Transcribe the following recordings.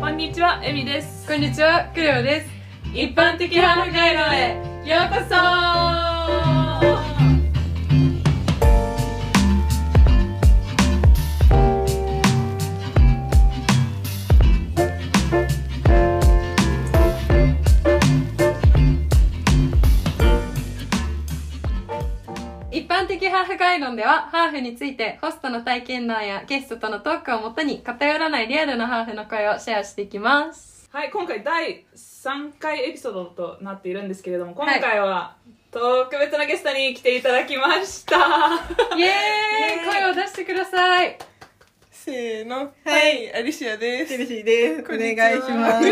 こんにちは、エミです。 こんにちは、クレオです。 一般的ハーフガイドへようこそ。 一般的ハーフガイドでは、ハーフについてホストの体験談やゲストとのトークをもとに偏らないリアルなハーフの声をシェアしていきます。 はい、今回第3回エピソードとなっているんですけれども、今回は特別なゲストに来ていただきました。 イエーイ、声を出してください。 せーの、はい、アリシアです。 チェルシーです。お願いします。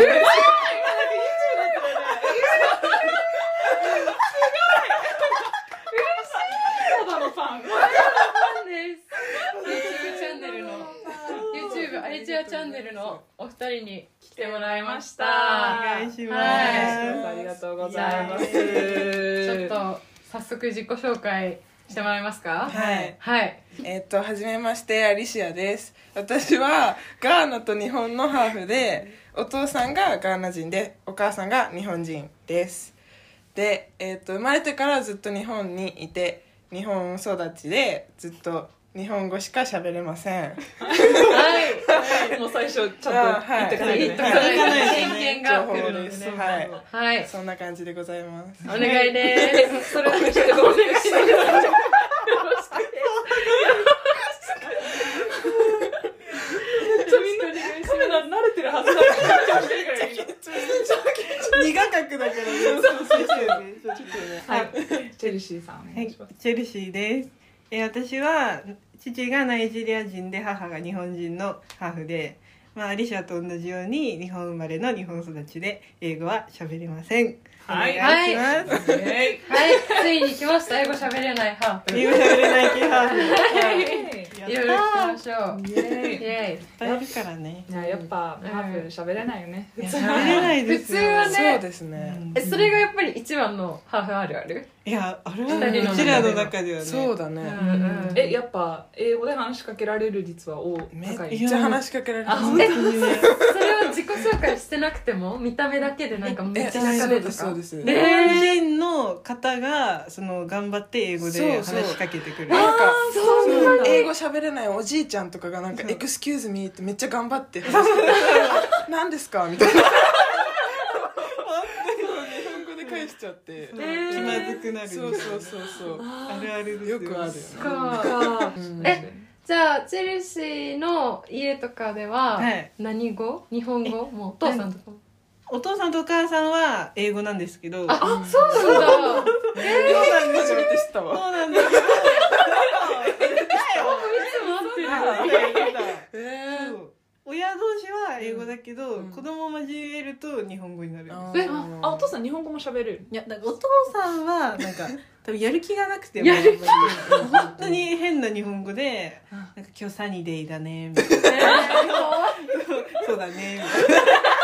ただのファン。 ファンです。YouTube チャンネルの YouTube アリチアチャンネルのお二人に来てもらいました。 お願いします。 ありがとうございます。 ちょっと早速自己紹介してもらえますか？ はい。 はい。 はじめまして、アリシアです。私はガーナと日本のハーフで、お父さんがガーナ人で、お母さんが日本人です。で、生まれてからずっと日本にいて、日本育ちでずっと日本語しか喋れません。 はい。 もう最初ちゃんと言ってかないとね。 偏見が来るのでね。 はい。 はい。 そんな感じでございます。 お願いです。 それをしてお願いします。カメラ慣れてるはずだから二画角だからね。 はい、チェルシーさんお願いします。 チェルシーです。私は父がナイジェリア人で母が日本人のハーフで、アリシャと同じように日本生まれの日本育ちで英語は喋れません。お願いします。 はい、ついに来ました。英語喋れないハーフ。 英語喋れない系ハーフ。 いろいろ聞きましょう。 イエーイ。 イエーイ。 いっぱいいるからね。 いや、やっぱハーフ喋れないよね。 喋れないですよ。 普通はね。 そうですね。 それがやっぱり一番のハーフあるある？ いや、あれはうちらの中ではね。 そうだね。 やっぱ英語で話しかけられる率は高い。 めっちゃ話しかけられます。 それは自己紹介してなくても見た目だけでなんかめっちゃ仲でとか。 そうです。 日本人の方が頑張って英語で話しかけてくる。 なんかそうなんだ。 英語喋れないおじいちゃんとかがなんかエクスキューズミーってめっちゃ頑張って話して何ですかみたいな。日本語で返しちゃって気まずくなる。 そうあるあるですよ。 よくある。 じゃあチェルシーの家とかでは何語？日本語？もうお父さんとかも。 お父さんとお母さんは英語なんですけど。 あ、そうなんだ。 初めて知ったわ。 そうなんだけど。親同士は英語だけど、子供を交えると日本語になるんです。 お父さん日本語も喋れる？ いや、お父さんはなんか多分やる気がなくても本当に変な日本語で、なんか今日サニーデイだねみたいな。そうだねみたいな。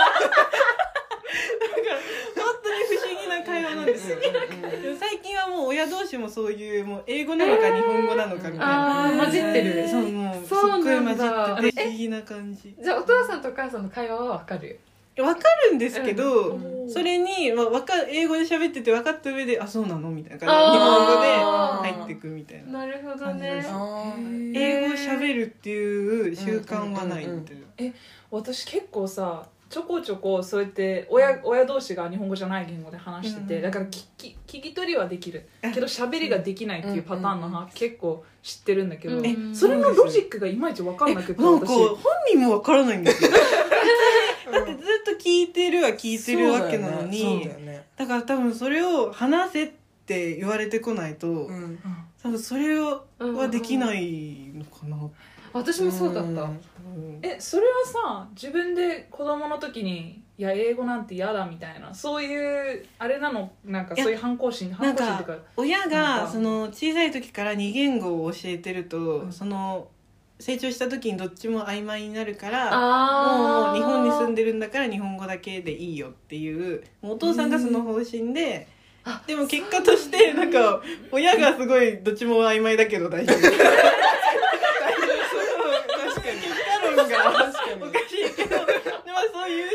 本当に不思議な会話なんですよ。最近はもう親同士もそういうもう英語なのか日本語なのかみたいな、 混じってる。 そう、もうすっごい混じってて不思議な感じ。 じゃあお父さんとお母さんの会話はわかる？ わかるんですけど、それに、英語で喋ってて分かった上で、あ、そうなのみたいな感じで日本語で入ってくみたいな。 なるほどね。 英語喋るっていう習慣はないみたいな。 私結構さ、ちょこちょこそうやって親同士が日本語じゃない言語で話してて、だから聞き取りはできるけど喋りができないっていうパターンの結構知ってるんだけど、それのロジックがいまいち分かんなくて、 なんか本人も分からないんですよ。だってずっと聞いてるわけなのに、だから多分それを話せって言われてこないと、多分それはできないのかな。 私もそうだった。 それはさ、自分で子供の時にいや英語なんて嫌だみたいな、そういうあれなの、なんかそういう反抗心っていうか、 親が小さい時から2言語を教えてると、成長した時にどっちも曖昧になるから、もう日本に住んでるんだから日本語だけでいいよっていう、お父さんがその方針で、でも結果としてなんか親がすごいどっちも曖昧だけど大丈夫。確かに。おかしいけど、でもそういう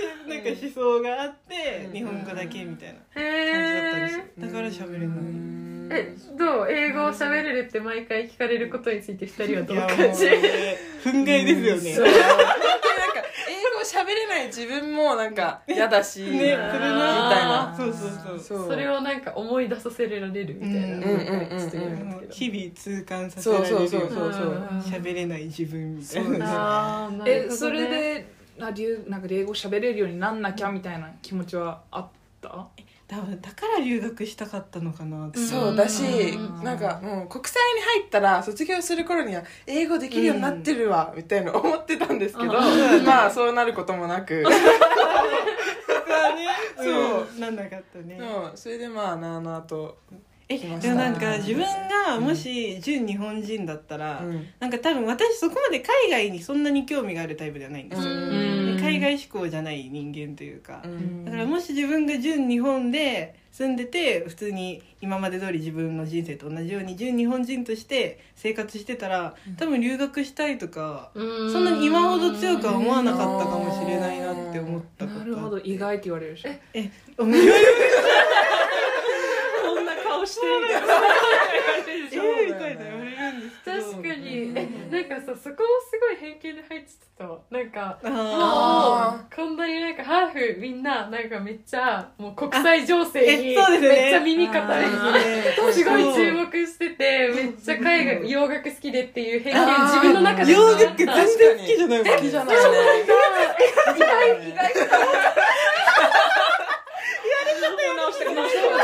想があって日本語だけみたいな感じだったんですよ。だから喋れない。 どう英語を喋れるって毎回聞かれることについて2人はどう感じ？ 憤慨ですよね。 そうなんか英語喋れない自分もなんか嫌だし、 ね、それなみたいなそうそれをなんか思い出させられるみたいな、 日々痛感させられるよ。 そう喋れない自分みたいな。 それでなんか英語喋れるようになんなきゃみたいな気持ちはあった？ 多分だから留学したかったのかなって。 そうだし、なんかもう国際に入ったら卒業する頃には英語できるようになってるわ、みたいな思ってたんですけど、まあそうなることもなくそうなんなかったね。 それでまあなあなあとでもなんか自分がもし純日本人だったら、なんか多分私そこまで海外にそんなに興味があるタイプではないんですよ。海外志向じゃない人間というか、だからもし自分が純日本で住んでて普通に今まで通り自分の人生と同じように純日本人として生活してたら、多分留学したいとかそんなに今ほど強くは思わなかったかもしれないなって思ったこと。 なるほど、意外って言われるし面白いこんな顔してみたいなみたいな言われるんですけど、 確かになんかさ、そこもすごい偏見で入ってたわ。なんかこんなになんかハーフみんななんかめっちゃもう国際情勢にめっちゃ耳固いし、すごい注目してて、めっちゃ海外洋楽好きでっていう偏見自分の中で洋楽全然好きじゃないもんね。 好きじゃないね。 意外と直して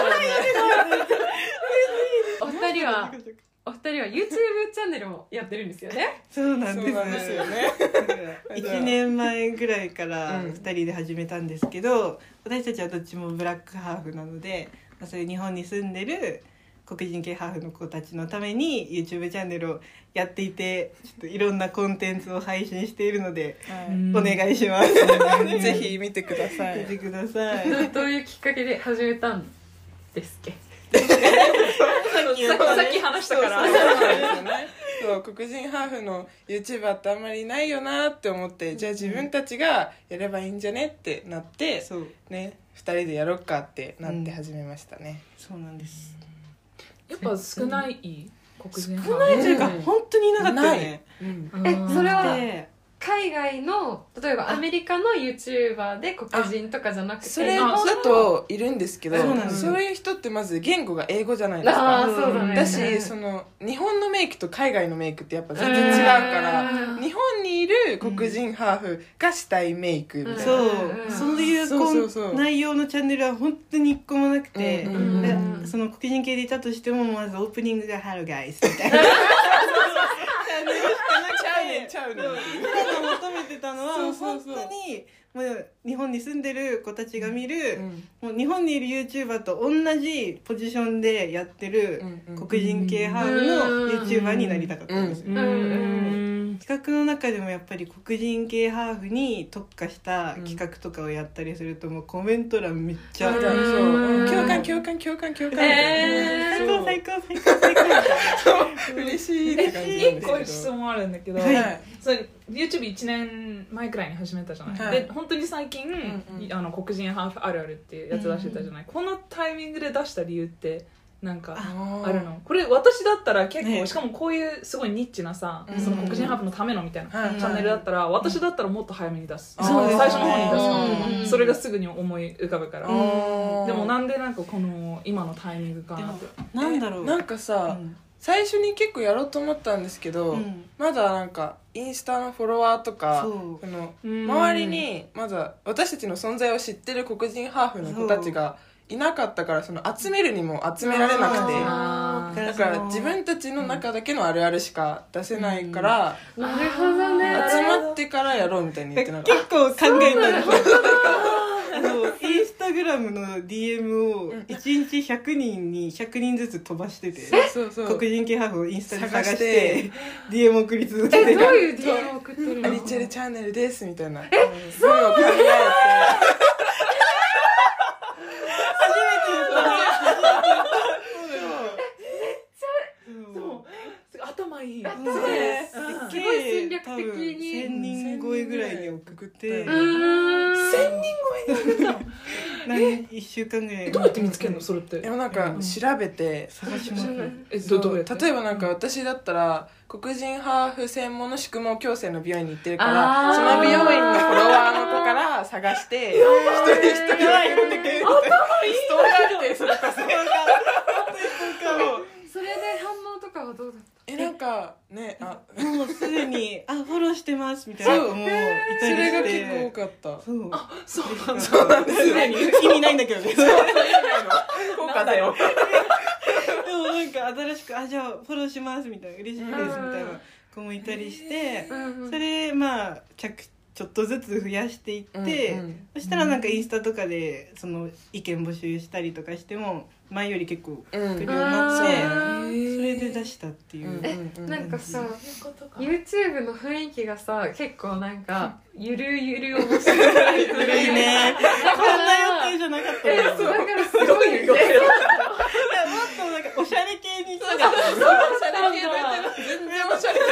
お二人は YouTube チャンネルもやってるんですよね。 そうなんですよね。 1年前ぐらいから2人で始めたんですけど、私たちはどっちもブラックハーフなので、そういう日本に住んでる黒人系ハーフの子たちのために YouTube チャンネルをやっていて、ちょっといろんなコンテンツを配信しているので、お願いします。 ぜひ見てください。 見てください。 どういうきっかけで始めたんですっけ？ さっき話したからそう、黒人ハーフの YouTuber ってあんまりいないよなって思って、じゃあ自分たちがやればいいんじゃねってなって、ね、2人でやろっかってなって始めましたね。 そうなんです。 やっぱ少ない黒人ハーフ。 少ないというか本当にいなかったよね。 それは海外の例えばアメリカの YouTuber で黒人とかじゃなくて、 それだといるんですけど、そういう人ってまず言語が英語じゃないですか。だし、その日本のメイクと海外のメイクってやっぱ全然違うから、日本にいる黒人ハーフがしたいメイクみたいな、 そういう内容のチャンネルは本当に一個もなくて、その黒人系でいたとしてもまずオープニングが Hello guys みたいなちゃうねん求めてたのは本当にもう日本に住んでる子たちが見る、もう日本にいる YouTuber と同じポジションでやってる黒人系ハーフの YouTuber になりたかったんですよ。企画の中でもやっぱり黒人系ハーフに特化した企画とかをやったりすると、もうコメント欄めっちゃ共感最高嬉しいって感じなんですけど。 1個質問あるんだけど、YouTube1 年前くらいに始めたじゃない、で本当に最近、黒人ハーフあるあるっていうやつ出してたじゃない、このタイミングで出した理由ってなんかあるの？これ私だったら結構、しかもこういうすごいニッチなさ、その黒人ハーフのためのみたいなチャンネルだったら、私だったらもっと早めに出す、最初の方に出す、それがすぐに思い浮かぶから。でもなんでなんかこの今のタイミングかなって。 なんだろう、 なんかさ、最初に結構やろうと思ったんですけど、まだなんかインスタのフォロワーとかその周りにまだ私たちの存在を知ってる黒人ハーフの子たちがいなかったから、その集めるにも集められなくて、だから自分たちの中だけのあるあるしか出せないから、 なるほどね、 集まってからやろうみたいに言ってなかった。 結構考えたんですインスタグラムの DM を1日100人に100人ずつ飛ばしてて、黒人系ハーフをインスタで探して DM 送り続けて、 どういう DM 送ってるの？ アリチェルチャンネルですみたいな、 そういうのを考えて頭いい。 すごい戦略的に 1000人超超えぐらいに送って 1000人超えに送った 1週間ぐらいどうやって見つけるのそれってでもなんか調べて探しますどうやって例えばなんか私だったら黒人ハーフ専門の宿毛矯正の美容院に行ってるからその美容院のフォロワーの子から探して一人一人読んでくれるストーカーってそれこそそれで反応とかはどうだった？ なんかねもうすでにフォローしてますみたいな子もいたりしてそれが結構多かったそうなんです意味ないんだけどね効果だよでもなんか新しくじゃあフォローしますみたいな嬉しいですみたいな子もいたりしてそれちょっとずつ増やしていってそしたらなんかインスタとかでその意見募集したりとかしても前より結構来るようになってそれで出したっていうなんかさ YouTube の雰囲気がさ結構なんかゆるゆる面白いいいねこんな予定じゃなかったよだからすごいよねもっとなんかおしゃれ系に行きたかったおしゃれ系全然おしゃれ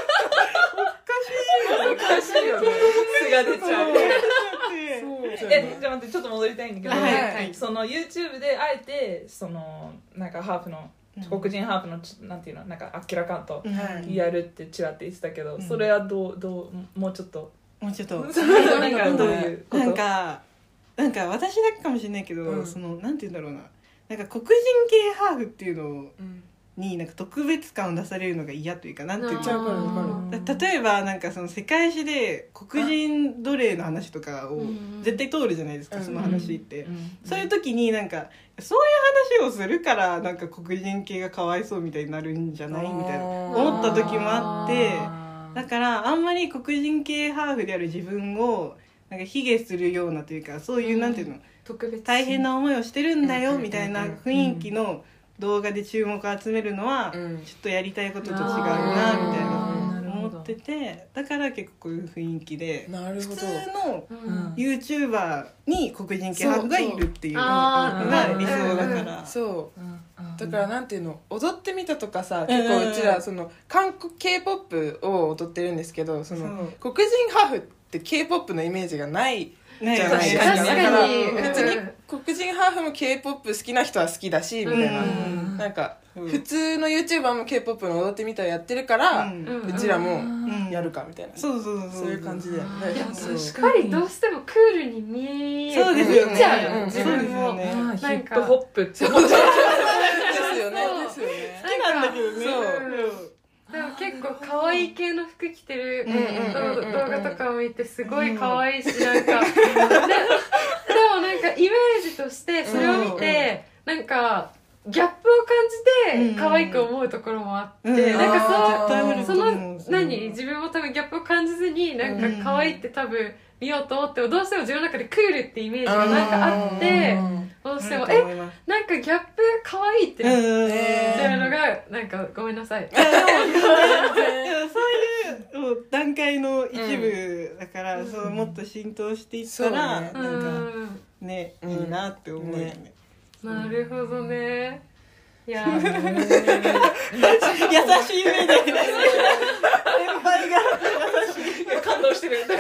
おかしいよね素が出ちゃうじゃあ待ってちょっと戻りたいんだけど、その YouTube であえてそのなんかハーフの黒人ハーフのなんていうのなんか明らかんとやるってちらって言ってたけど、それはどうもうちょっとなんかどういうことなんか私だけかもしれないけど、そのなんていうんだろうな、なんか黒人系ハーフっていうのになんか特別感を出されるのが嫌というか、なんていうの、例えばなんかその世界史で黒人奴隷の話とかを絶対通るじゃないですか、その話って、そういう時になんかそういう話をするからなんか黒人系がかわいそうみたいになるんじゃないみたいな思った時もあって、だからあんまり黒人系ハーフである自分をなんか卑下するようなというか、そういうなんていうの、大変な思いをしてるんだよみたいな雰囲気の動画で注目を集めるのはちょっとやりたいことと違うなみたいな思ってて、だから結構こういう雰囲気で普通の YouTuber に黒人系ハーフがいるっていうのが理想だから、 そうだからなんていうの、踊ってみたとかさ、結構うちらその韓国 K-POP を踊ってるんですけど、その黒人ハーフって K-POP のイメージがないじゃないですか。だから別に黒人ハーフも K-POP 好きな人は好きだしみたいな、なんか普通の YouTuber も K-POP の踊ってみたをやってるから、うちらもやるかみたいな、そういう感じで、やっぱりどうしてもクールに見えちゃう自分もヒップホップって思っちゃうですよね好きなんだけどね。 でも結構可愛い系の服着てる動画とかを見てすごい可愛いし、なんかでもなんかイメージとしてそれを見てなんかギャップを感じて可愛く思うところもあって、なんかその自分も多分ギャップを感じずになんか可愛いって多分見ようと思っても、どうしても自分の中でクールってイメージがなんかあって、どうしてもなんかギャップ可愛いってなっちゃうのがなんかごめんなさい。 そういう段階の一部だから、そうもっと浸透していったらなんかね、いいなって思うよね。 なるほどね。いや優しい目で先輩が優しい、 感動してるなんか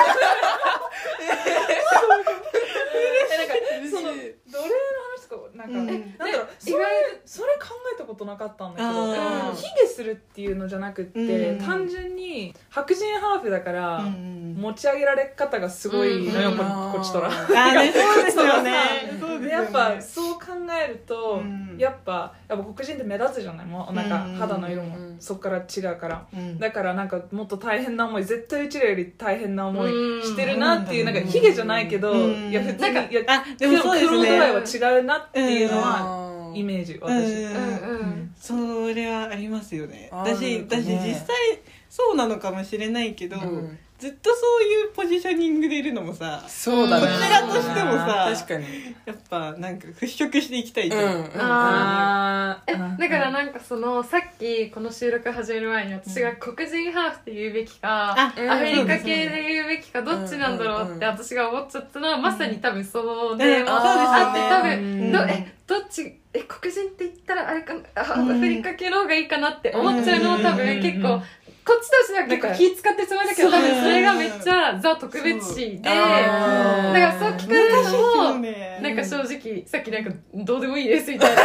その奴隷の話とかなんか、なんだろう、意外それ考えたことなかったんだけど、卑下するっていうのじゃなくって、単純に白人ハーフだから、持ち上げられ方がすごいのよ、こっちとら。 そうですよね。 やっぱそう考えると、やっぱ黒人って目立つじゃない、もうなんか肌の色もそっから違うから、だからなんかもっと大変な思い、絶対うちらより大変な思いしてるなっていう、なんか卑下じゃないけど、いや普通にでもそうですね、 苦労度合いは違うなっていうのはイメージ、私。 それはありますよね。私実際そうなのかもしれないけど、ずっとそういうポジショニングでいるのもさ、 そうだね、 こちらとしてもさ、 確かにやっぱなんか払拭していきたいじゃん。 だからなんかそのさっきこの収録始める前に私が黒人ハーフって言うべきか、アフリカ系で言うべきかどっちなんだろうって私が思っちゃったのは、まさに多分その例もあって、多分どっち黒人って言ったらあれかアフリカ系の方がいいかなって思っちゃうのも多分結構こっちとしては結構気使ってるつもりだけど、多分それがめっちゃザ特別視で、だからそう聞かれるのも、なんか正直、さっきなんかどうでもいいですみたいな。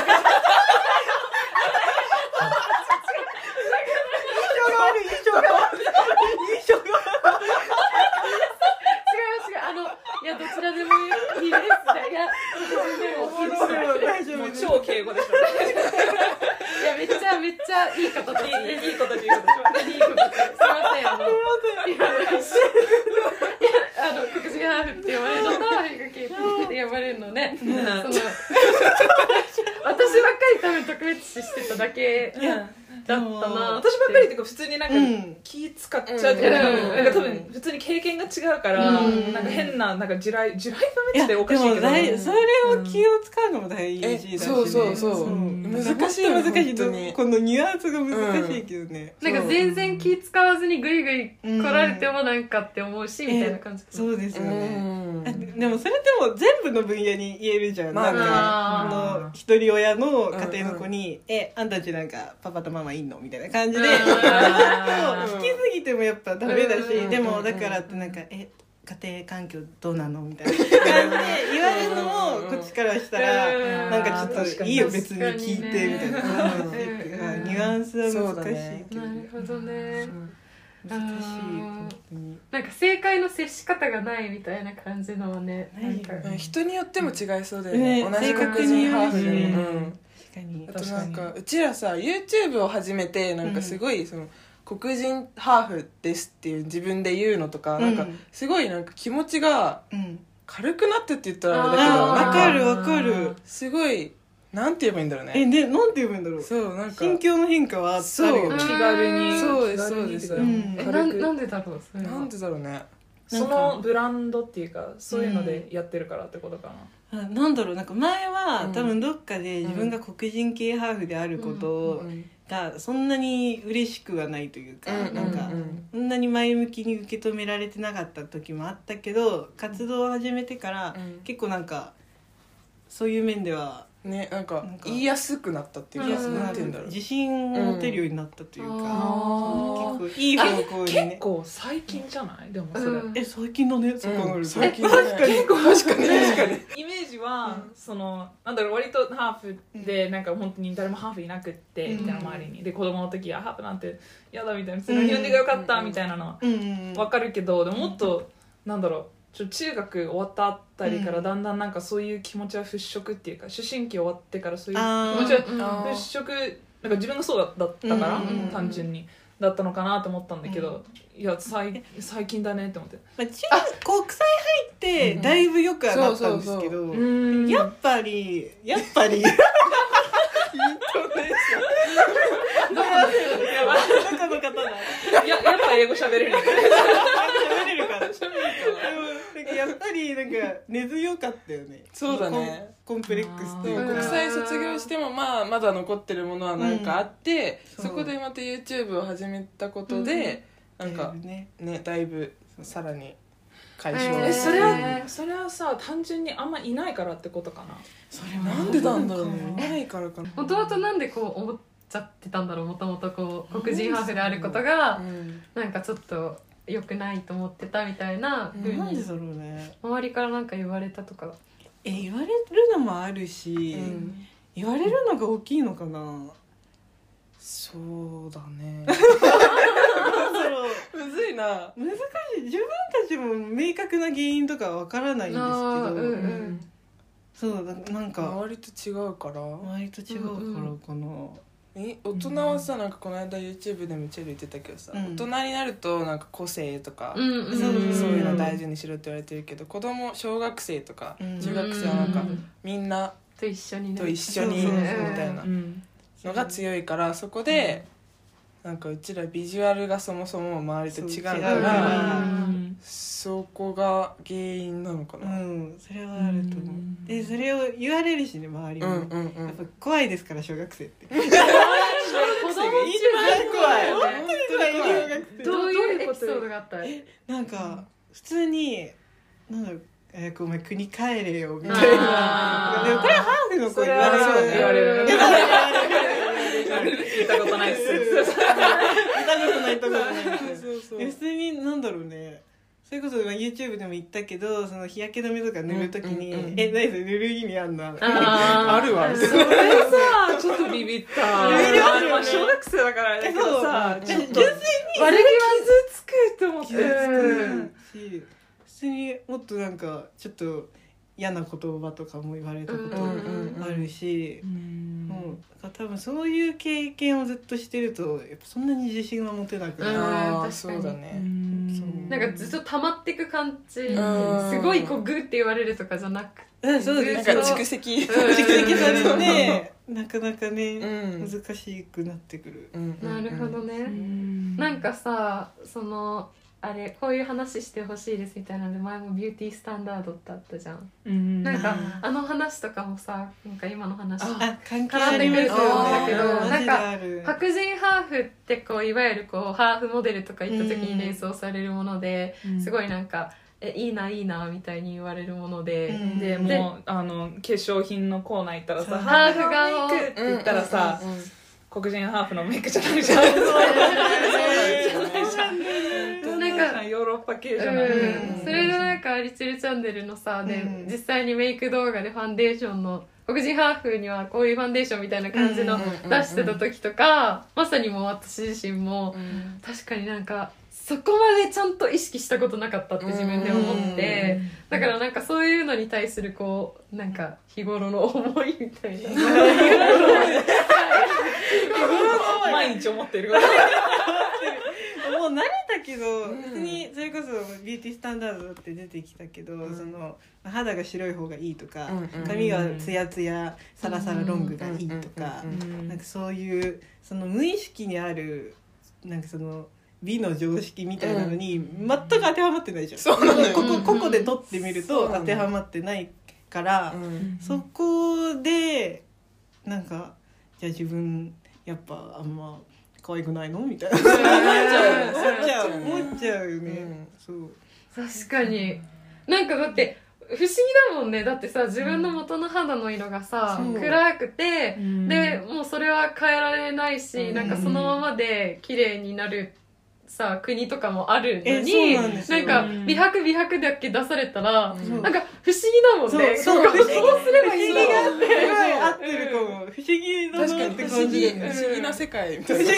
いやどちらでもいいですいやもう超敬語でしょいやめっちゃいいことでいいことでいいことでいいことですいません黒人ハーフって呼ばれるのと変化球って呼ばれるのね、その私ばっかり多分特別視してただけだったな。 私ばっかりっていうか普通になんか気使っちゃうっていうか、なんか多分普通に経験が違うから、なんか変ななんか地雷踏めっておかしいけど、 それを気を使うのも大事だしね。 そう難しいこのニュアンスが難しいけどね。 なんか全然気使わずにグイグイ来られてもなんかって思うしみたいな感じ。 そうですよね。でもそれでも全部の分野に言えるじゃん。なんか一人親の家庭の子にあんたちなんかパパとママいんのみたいな感じで引きすぎてもやっぱダメだし、でもだからってなんか家庭環境どうなのみたいな感じで言われるのもこっちからしたらなんかちょっといいよ別に聞いてみたいなニュアンスは難しいけど。 なるほどね。 難しい本当に。 なんか正解の接し方がないみたいな感じのはね、なんか人によっても違いそうだよね。同じ黒人ハーフでも。あとなんかうちらさ YouTube を始めてなんかすごいその黒人ハーフですっていう自分で言うのとかなんかすごいなんか気持ちが軽くなってって言ったらあれだけど、 わかるすごいなんて言えばいいんだろうね。 でなんて言えばいいんだろう。 そうなんか心境の変化はあるよね。 気軽にそうですなんでだろうそれは。 なんでだろうね。 そのブランドっていうかそういうのでやってるからってことかな。 なんだろうなんか前は多分どっかで自分が黒人系ハーフであることがそんなに嬉しくはないというか、なんかそんなに前向きに受け止められてなかった時もあったけど、活動を始めてから結構なんかそういう面ではね、なんか言いやすくなったっていうか、なんて言うんだろう、 自信を持てるようになったというか、結構いい方向にね。 結構最近じゃない？でもそれ最近だね。そう考えると最近確かにイメージはそのなんだろう割とハーフでなんか本当に誰もハーフいなくってみたいな周りにで子供の時はハーフなんてやだみたいな普通の日本人がよかったみたいなのはわかるけど、でももっとなんだろう。中学終わったあたりからだんだんなんかそういう気持ちは払拭っていうか思春期終わってからそういう気持ちは払拭なんか自分がそうだったから単純にだったのかなと思ったんだけど、いや最近だねって思って、 国際入ってだいぶよくはなったんですけど、やっぱりイントネーションどこの方だやっぱ英語喋れる喋れるからやっぱりなんか根強かったよね。 そうだね。 コンプレックスっていうか、 国際卒業してもまだ残ってるものはなんかあって、そこでまた YouTube を始めたことで、なんかねだいぶさらに解消、 それはさ単純にあんまいないからってことかな。 それなんでなんだろうね。いないからかな。 もともとなんでこう思っちゃってたんだろう。もともとこう黒人ハーフであることがなんかちょっと良くないと思ってたみたいな風に、 なんでだろうね。 周りからなんか言われたとか。 言われるのもあるし、言われるのが大きいのかな。 そうだね。むずいな。 難しい。自分たちも明確な原因とかわからないんですけど、そうなんか周りと違うから周りと違うからかな。 大人はさなんかこの間 YouTube でもチェル言ってたけどさ、大人になるとなんか個性とか、そういうの大事にしろって言われてるけど、子供小学生とか中学生はなんかみんなと一緒にみたいなのが強いから、そこでなんかうちらビジュアルがそもそも周りと違うからそこが原因なのかな。 それはあると思う。でそれを言われるしね周りも、やっぱ怖いですから小学生って子供一番怖い。本当に怖い。小学生どういうエピソードがあった？ なんか普通になんだろう、お前国帰れよみたいな。でもこれはハーフの子言われる。 言ったことないっす言ったことないそう普通になんだろうね、それこそ YouTube でも言ったけど、その日焼け止めとか塗るときに、何それ塗る意味あんのあるわみたいな。 それさちょっとビビった。 ビビりますよね。 小学生だからだけどさ、 純粋に悪気傷つくって思って。 普通にもっとなんかちょっと嫌な言葉とかも言われたことあるし、多分そういう経験をずっとしてるとやっぱそんなに自信は持てなくなる。 そうだね。 なんかずっと溜まっていく感じ、すごいこうグーって言われるとかじゃなくて、 そうです。 なんか蓄積されてなかなかね、難しくなってくる。 なるほどね。なんかさ、そのあれこういう話してほしいですみたいなので前もビューティースタンダードってあったじゃん。なんかあの話とかもさ、なんか今の話関係ありますよだけど、なんか白人ハーフってこういわゆるこうハーフモデルとか言った時に連想されるもので、すごいなんかいいないいなみたいに言われるもので、 でもう化粧品のコーナー行ったらさ、ハーフがメイクって言ったらさ、黒人ハーフのメイクじゃないじゃん。ヨーロッパ系じゃない。 それでなんかアリチルチャンネルのさで、実際にメイク動画でファンデーションの黒人ハーフにはこういうファンデーションみたいな感じの出してた時とか、まさにもう私自身も確かになんかそこまでちゃんと意識したことなかったって自分で思って、だからなんかそういうのに対するこうなんか日頃の思いみたいな毎日思ってるもう慣れたけど、普通にそれこそビューティースタンダードって出てきたけど、その肌が白い方がいいとか、髪がツヤツヤサラサラロングがいいとか、なんかそういうその無意識にあるなんかその美の常識みたいなのに全く当てはまってないじゃん。 そうなのよ。 ここで撮ってみると当てはまってないから、そこでなんかじゃあ自分やっぱあんま可愛くないのみたいな思っちゃうよね。そう確かになんかだって不思議だもんね。だってさ自分の元の肌の色がさ、暗くて、でもうそれは変えられないし、なんかそのままで綺麗になるさ国とかもあるのに、なんか美白だけ出されたら、なんか不思議だもんね。そうすればいいんだって合ってるかも。不思議だなって感じで、 不思議な世界みたいな。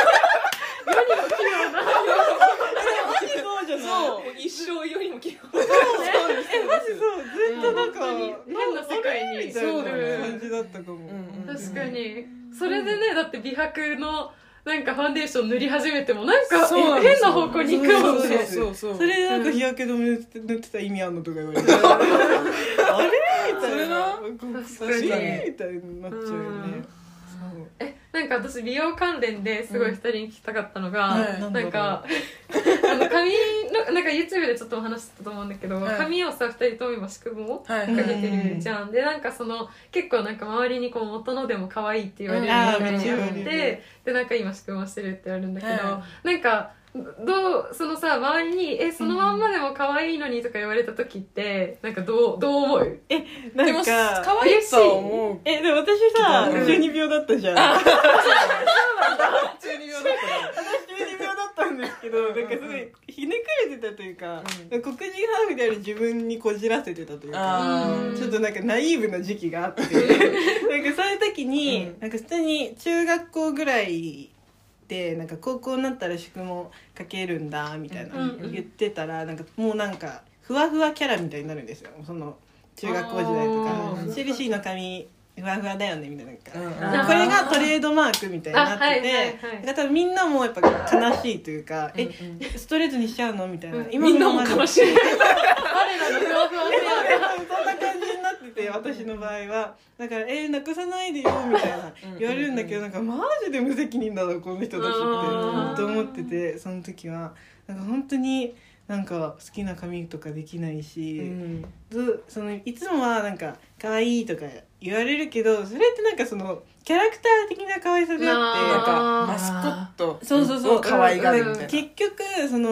一生よりも綺麗。 マジそうずっとなんか変な世界にそう感じだったかも。 確かにそれでね、だって美白のなんかファンデーション塗り始めてもなんか変な方向に行くもんね。 それでなんか日焼け止め塗ってた意味あんのとか言われてあれみたいな確かにみたいになっちゃうよね。 なんか私美容関連ですごい2人に聞きたかったのが、なんか髪のなんか YouTube でちょっとお話してたと思うんだけど、髪をさ2人とも今宿毛をかけてるじゃん。でなんかその結構なんか周りにこう元のでも可愛いって言われるみたいにあって、でなんか今宿毛してるって言われるんだけど、なんかそのさ周りにそのまんまでも可愛いのにとか言われた時ってなんかどう思う？ なんか可愛いと思う。 でも私さ12秒だったじゃん。そうなんだ。12秒だった。私12秒だったんですけど、なんかすごいひねくれてたというか、黒人ハーフである自分にこじらせてたというか、ちょっとなんかナイーブな時期があって、なんかそういう時になんか普通に中学校ぐらいなんか高校になったら宿毛かけるんだみたいな言ってたら、なんかもうなんかふわふわキャラみたいになるんですよ。その中学校時代とかチェルシーの髪ふわふわだよねみたいな、これがトレードマークみたいになってて、だから多分みんなもやっぱ悲しいというか、ストレートにしちゃうのみたいな、 みんなも悲しい。 我らのふわふわそんな感じになってて、私の場合はだからなくさないでよみたいな言われるんだけど、なんかマジで無責任だろこの人たちってと思ってて、その時はなんか本当になんか好きな髪とかできないし、そのいつもはなんか可愛いとか言われるけど、それってなんかそのキャラクター的な可愛さであって、 なんかマスコットを可愛がるみたいな、 結局その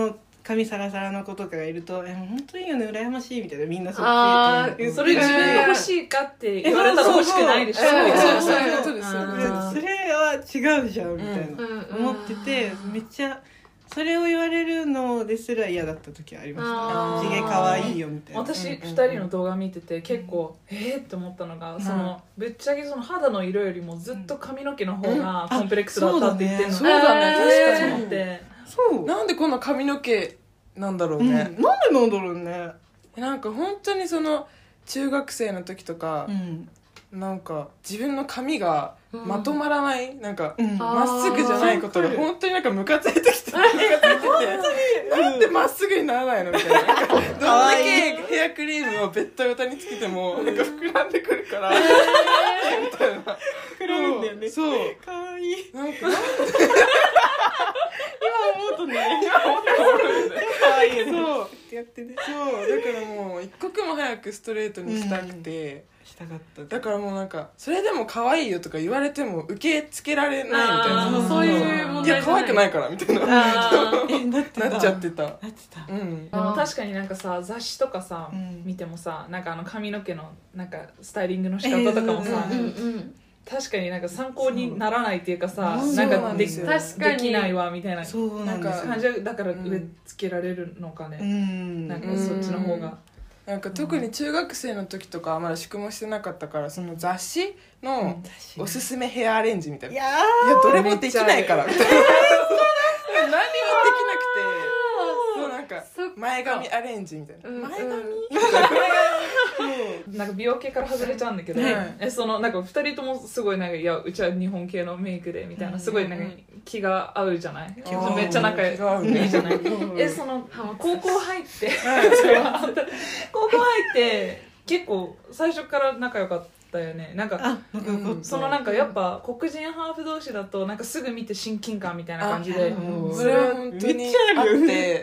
髪サラサラの子とかがいると「本当にいいよね羨ましい」みたいな、みんなそっちそれ自分が欲しいかって言われたら欲しくないでしょ。 そういうことですよね。 それは違うじゃんみたいな思ってて、めっちゃそれを言われるのですら嫌だった時ありました。地毛かわいいよみたいな。 私2人の動画見てて結構って思ったのが、そのぶっちゃけその肌の色よりもずっと髪の毛の方がコンプレックスだったって言ってるの。 そうだね、確かに思って、 そうなんでこんな髪の毛なんだろうね、 なんでなんだろうね。 なんか本当にその中学生の時とか、なんか自分の髪がまとまらない、なんかまっすぐじゃないことが本当になんかムカついてきて、なんでまっすぐにならないのみたいな、なんかどんだけヘアクリームをベッタベタにつけてもなんか膨らんでくるからみたいな、 膨らむんだよね。 そうかわいい。 なんか今思うとねかわいいよね。そうやってね。 そうだからもう一刻も早くストレートにしたくて、 したかった。 だからもうなんかそれでも可愛いよとか言われても受け付けられないみたいな、 そういう問題じゃない、 いや可愛くないからみたいななっちゃってた。うん、 でも確かになんかさ雑誌とかさ、 うん見てもさ、なんか髪の毛のなんかスタイリングの仕方とかもさ、確かになんか参考にならないっていうかさ、 そうなんかでそう確かにできないわみたいなそうなんですよ。 感じだから植え付けられるのかね、なんかそっちの方が。 なんか特に中学生の時とかはまだ宿毛してなかったから、その雑誌のおすすめヘアアレンジみたいな、いやどれもできないからみたいな何もできなくて、そうなんか前髪アレンジみたいな、前髪なんか美容系から外れちゃうんだけど、そのなんか2人ともすごいなんか、いやうちは日本系のメイクでみたいな、すごいなんか気が合うじゃない、めっちゃ仲いいじゃない。その高校入って高校入って結構最初から仲良かったよね。なんかそのなんかやっぱ黒人ハーフ同士だとなんかすぐ見て親近感みたいな感じで、 それは本当にあって、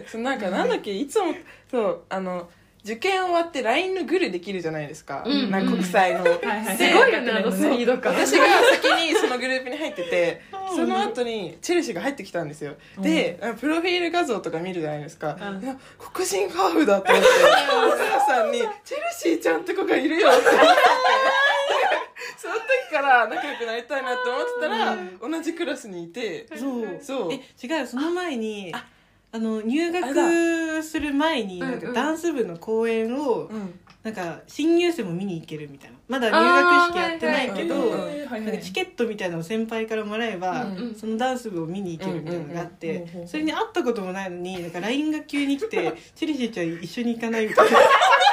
そのなんかなんだっけ、いつもそう受験終わって LINE のグルできるじゃないですか、なんか国際の、 すごいよね、あのスピード感。 私が先にそのグループに入っててその後にチェルシーが入ってきたんですよ。でプロフィール画像とか見るじゃないですか、いや黒人ハーフだと思ってお母さんに「チェルシーちゃんって子がいるよ」って言ってその時から仲良くなりたいなって思ってたら、同じクラスにいて、 そう違う、その前に入学する前になんかダンス部の公演をなんか新入生も見に行けるみたいな、まだ入学式やってないけどなんかチケットみたいなのを先輩からもらえばそのダンス部を見に行けるみたいなのがあって、それに会ったこともないのになんか LINE が急に来て「チェリシーちゃん一緒に行かない?」みたいな。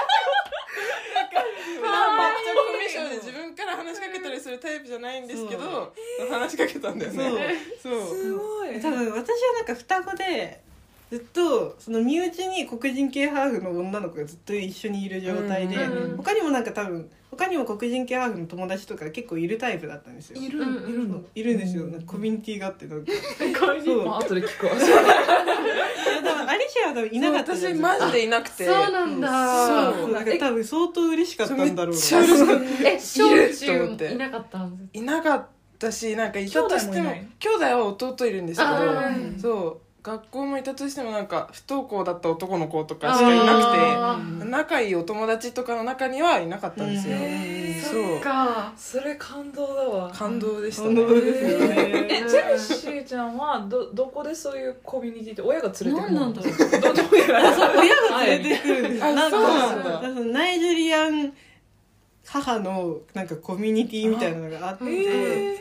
自分から話しかけたりするタイプじゃないんですけど、話しかけたんだよね。そうすごい。 多分私はなんか双子でずっとその身内に黒人系ハーフの女の子がずっと一緒にいる状態で、他にもなんか多分他にも黒人系ハーフの友達とか結構いるタイプだったんですよ。いるんですよ。なんかコミュニティがあってなんかそう後で聞くわ。 アリシアは多分いなかったじゃん。 私マジでいなくて。 そうなんだ。 そうなんか多分相当嬉しかったんだろうな。 小中いなかったんです。 いなかったし、なんかいたとしても兄弟は弟いるんですけど、そう学校もいたとしてもなんか不登校だった男の子とかしかいなくて、仲いいお友達とかの中にはいなかったんですよ。 そうか、それ感動だわ。 感動でしたね。 チェルシーちゃんはどこでそういうコミュニティって親が連れてくるの？ なんだろう。親が連れてくるんです。なんかナイジェリアン母のなんかコミュニティみたいなのがあって、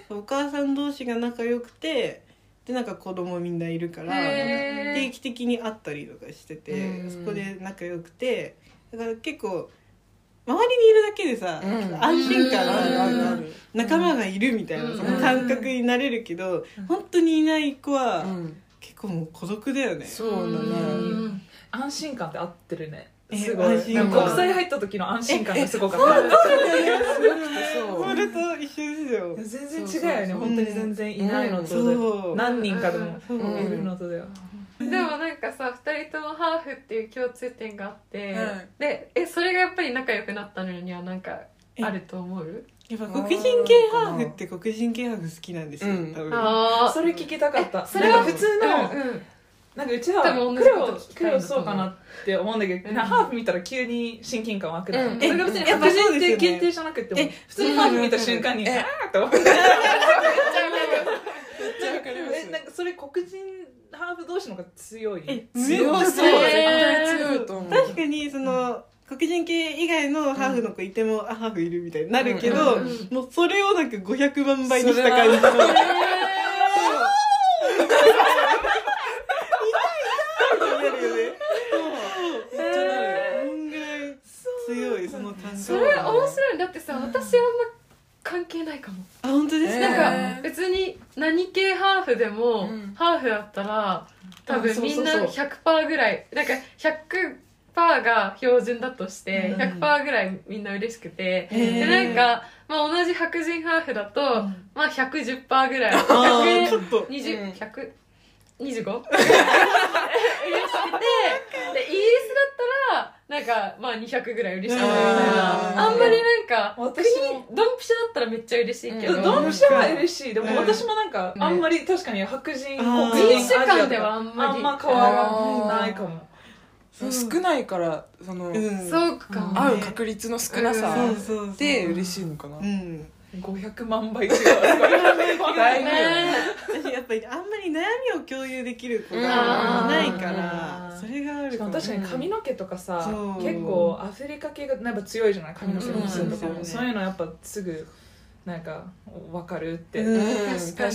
お母さん同士が仲良くて。でなんか子供みんないるから定期的に会ったりとかしてて、そこで仲良くて、だから結構周りにいるだけでさ、安心感ある仲間がいるみたいなその感覚になれるけど、本当にいない子は結構もう孤独だよね。 そうだね。 安心感って合ってるね。すごい。国際入った時の安心感がすごかった。 それと一緒ですよ。 全然違うよね。本当に全然いないのと何人かでもいるのとだよ。 でもなんかさ、2人ともハーフっていう共通点があって、でそれがやっぱり仲良くなったのにはなんかあると思う？ やっぱ黒人系ハーフって黒人系ハーフ好きなんですよ。多分それ聞きたかった。 それは普通のなんかうちは黒そうかなって思うんだけど、ハーフ見たら急に親近感湧くない。それが別に白人って限定じゃなくても普通にハーフ見た瞬間にあーって思う。なんかそれ黒人ハーフ同士の方が強い。 強そう。絶対強いと思う。 確かにその黒人系以外のハーフの子いても、ハーフいるみたいになるけど、もうそれをなんか500万倍にした感じの。強いその感じ。 それ面白い。だってさ、私あんま関係ないかも。 あ、本当ですか。 なんか別に何系ハーフでも、ハーフだったら多分みんな 100% ぐらい、なんか 100% が標準だとして100% ぐらいみんな嬉しくて、でなんか、まあ、同じ白人ハーフだと、まあ 110% ぐらい、120、125 嬉しくて、でイギリスだったらなんかまあ200ぐらい嬉しいみたいな。あんまりなんか国ドンピシャだったらめっちゃ嬉しいけど、 ドンピシャは嬉しい。でも私もなんかあんまり確かに白人黒人種間ではあんま変わらないかも。 少ないからそのそうか会う確率の少なさで嬉しいのかな。 500万倍違う。 だいぶ私やっぱりあんまり悩みを共有できる子がないからそれがあるかも。 確かに髪の毛とかさ、結構アフリカ系がやっぱ強いじゃない、髪の毛の質とかも。そういうのやっぱすぐなんか分かるって。 確かに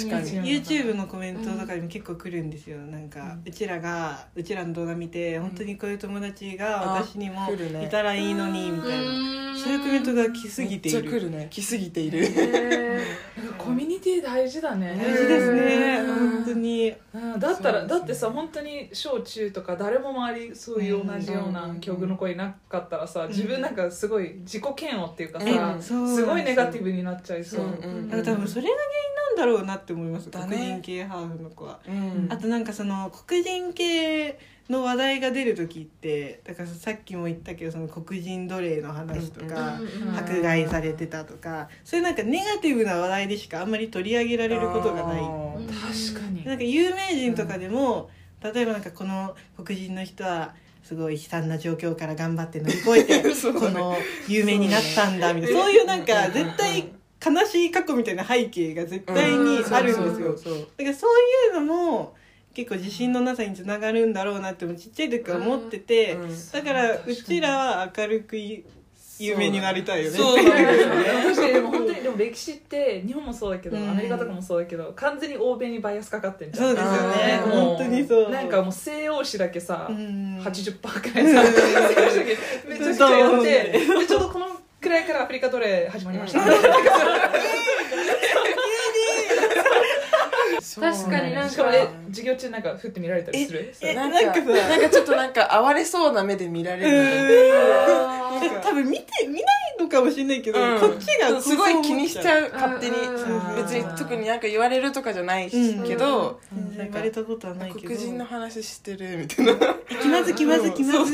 YouTube のコメントとかにも結構来るんですよ。なんかうちらの動画見て本当にこういう友達が私にもいたらいいのにみたいな、そういうコメントが来すぎている。 めっちゃ来るね。来すぎている。 コミュニティ大事だね。 大事ですね、本当に。 だってさ、本当に小中とか誰も周りそういう同じような境遇の子いなかったらさ、自分なんかすごい自己嫌悪っていうかさ、すごいネガティブになっちゃいそう。 多分それが原因なんだろうなって思います、黒人系ハーフの子は。あとなんかその黒人系の話題が出る時って、だからさっきも言ったけどその黒人奴隷の話とか、迫害されてたとか、そういうなんかネガティブな話題でしかあんまり取り上げられることがない。 確かに。 なんか有名人とかでも、例えばなんかこの黒人の人はすごい悲惨な状況から頑張って乗り越えてこの有名になったんだみたいな、そういうなんか絶対悲しい過去みたいな背景が絶対にあるんですよ。だからそういうのも結構自信のなさにつながるんだろうなってちっちゃい時から思ってて、だからうちらは明るく有名になりたいよね。 そうなんですよね。確かにでも本当にでも歴史って日本もそうだけど、アメリカとかもそうだけど、完全に欧米にバイアスかかってるんじゃん。 そうですよね。本当にそう。 なんかもう西洋史だけさ、80%くらいさ、めちゃくちゃやって、でちょうどこのくらいからアフリカ奴隷始まりました。 確かになんかしかも授業中なんかふって見られたりする？ なんかちょっとなんか哀れそうな目で見られる。 多分見ないのかもしれないけど、こっちがすごい気にしちゃう、勝手に。別に特になんか言われるとかじゃないけど、 言われたことはないけど、 黒人の話してるみたいな。 気まず手あげないとも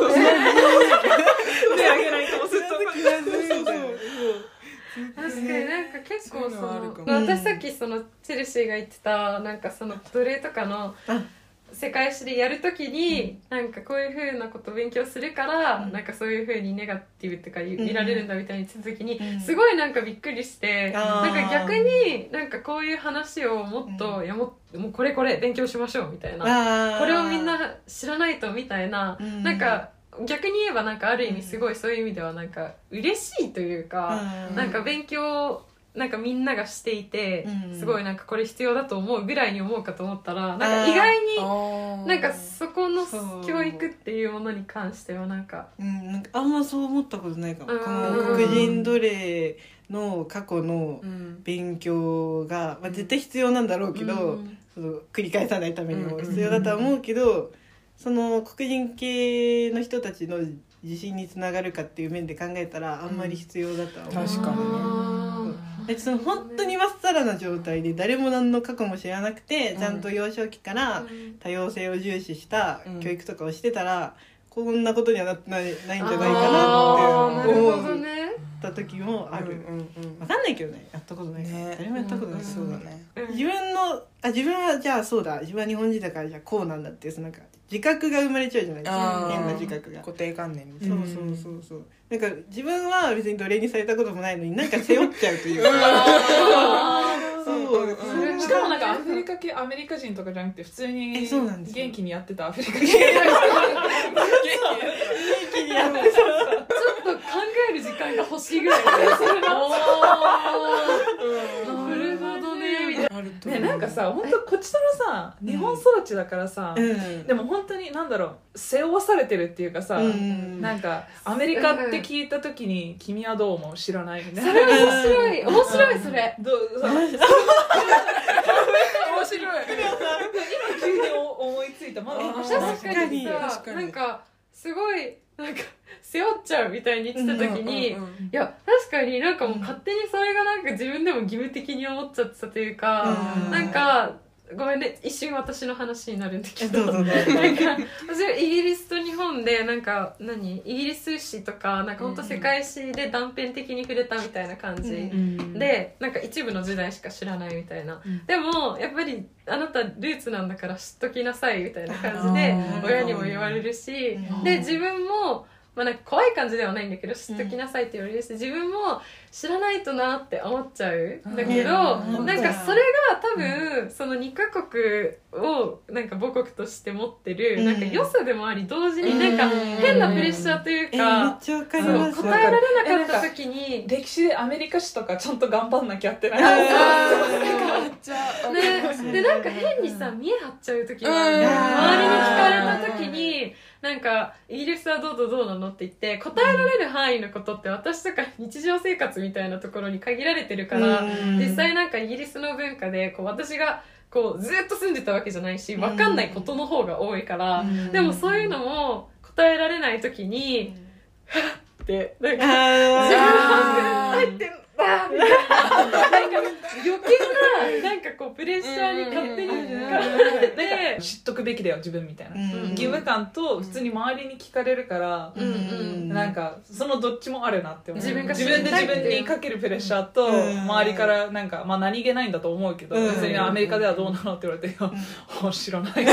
ずっと気まずい。 確かになんか結構その私さっきそのチェルシーが言ってたなんかその奴隷とかの世界史でやるときになんかこういう風なことを勉強するからなんかそういう風にネガティブっていうか見られるんだみたいに言ったときにすごいなんかびっくりして、なんか逆になんかこういう話をもっともうこれ勉強しましょうみたいな、これをみんな知らないとみたいな、なんか逆に言えばなんかある意味すごいそういう意味ではなんか嬉しいというか、なんか勉強なんかみんながしていてすごいなんかこれ必要だと思うぐらいに思うかと思ったら、なんか意外になんかそこの教育っていうものに関してはなんかなんかあんまそう思ったことないかも。この黒人奴隷の過去の勉強が、まあ、絶対必要なんだろうけど、その繰り返さないためにも必要だとは思うけど、その黒人系の人たちの自信につながるかっていう面で考えたらあんまり必要だとは思う。 確かにね。その本当にまっさらな状態で誰も何の過去も知らなくて、ちゃんと幼少期から多様性を重視した教育とかをしてたら、こんなことにはなってないんじゃないかなって思う。だ時もある、 うんうんうん分かんないけどね、やったことないから、 ね、 誰もやったことない、 そうだね。 自分はじゃあそうだ、自分は日本人だからじゃあこうなんだっていうなんか自覚が生まれちゃうじゃないですか、変な自覚が。 固定観念みたいな。 そうなんか自分は別に奴隷にされたこともないのになんか背負っちゃうというかそうしかもなんかアメリカ人とかじゃなくて普通に元気にやってたアフリカ人元気にやってたちょっと考える時間が欲しいぐらいでそれがなるほどねみたいな。 ね、なんかさ、本当こっちとのさ日本育ちだからさ、でも本当になんだろう、背負わされてるっていうかさ、なんかアメリカって聞いた時に君はどう思う、知らないみたいな。 それ面白い面白い、それどう面白い今急に思いついた。まだ確かにさ、なんかすごいなんか背負っちゃうみたいに言ってた時に、いや確かになんかもう勝手にそれがなんか自分でも義務的に思っちゃってたというか、なんかごめんね、一瞬私の話になるんだけどなんか私はイギリスと日本でなんかイギリス史とかなんか本当世界史で断片的に触れたみたいな感じで、なんか一部の時代しか知らないみたいな、でもやっぱりあなたルーツなんだから知っときなさいみたいな感じで親にも言われるし、で自分もまあなんか怖い感じではないんだけど知っときなさいって言われるし、自分も知らないとなって思っちゃうんだけど、なんかそれが多分その2カ国をなんか母国として持ってるなんか良さでもあり、同時になんか変なプレッシャーというか、 めっちゃわかります。 答えられなかった時に歴史でアメリカ史とかちゃんと頑張んなきゃってなでなんか変にさ見え張っちゃう時があるんだよ。周りに聞かれた時になんかイギリスはどうなのって言って答えられる範囲のことって私とか日常生活みたいなところに限られてるから、実際なんかイギリスの文化でこう私がこうずっと住んでたわけじゃないし分かんないことの方が多いから、でもそういうのも答えられない時にはっってなんか自分の入ってんだみたいな、なんか余計ななんかこうプレッシャーに勝手にかられて知っとくべきだよ自分みたいな義務感と普通に周りに聞かれるから、なんかそのどっちもあるなって思う。自分で自分にかけるプレッシャーと周りからなんかまあ何気ないんだと思うけど、別にアメリカではどうなのって言われて知らない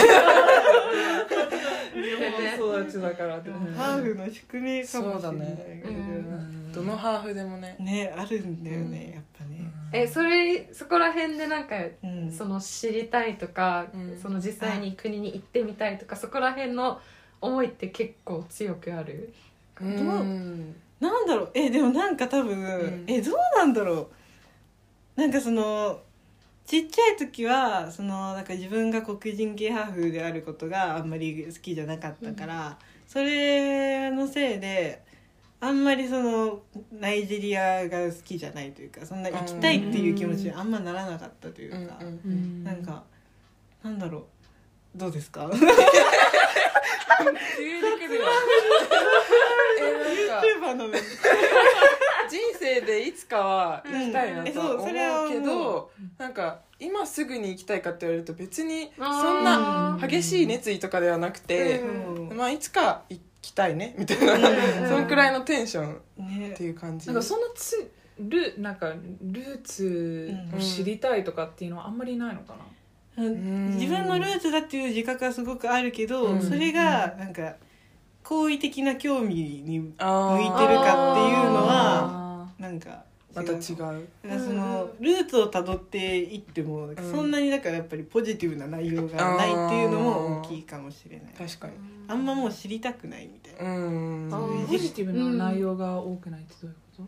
日本育ちだからって、 ハーフの宿命かもしれない。 そうだね、どのハーフでもねあるんだよね、やっぱね。 そこら辺でなんか、その知りたいとか、その実際に国に行ってみたいとか、そこら辺の思いって結構強くある。 なんだろう、でもなんか多分、どうなんだろう。なんかそのちっちゃい時はなんか自分が黒人系ハーフであることがあんまり好きじゃなかったから、それのせいであんまりナイジェリアが好きじゃないというか、そんな行きたいっていう気持ちにあんまならなかったというか、なんかなんだろう、どうですか？YouTuber のね人生でいつかは行きたいなと思うけど、なんか今すぐに行きたいかって言われると別にそんな激しい熱意とかではなくて、まあいつか行きたいねみたいなそのくらいのテンションっていう感じ。 なんかそんななんかルーツを知りたいとかっていうのはあんまりないのかな。 自分のルーツだっていう自覚はすごくあるけど、それがなんか好意的な興味に向いてるかっていうのはなんかまた違う。 そのルーツをたどっていってもそんなにだからやっぱりポジティブな内容がないっていうのも大きいかもしれない。 確かにあんまもう知りたくないみたいな。 ポジティブな内容が多くないってどういうこと？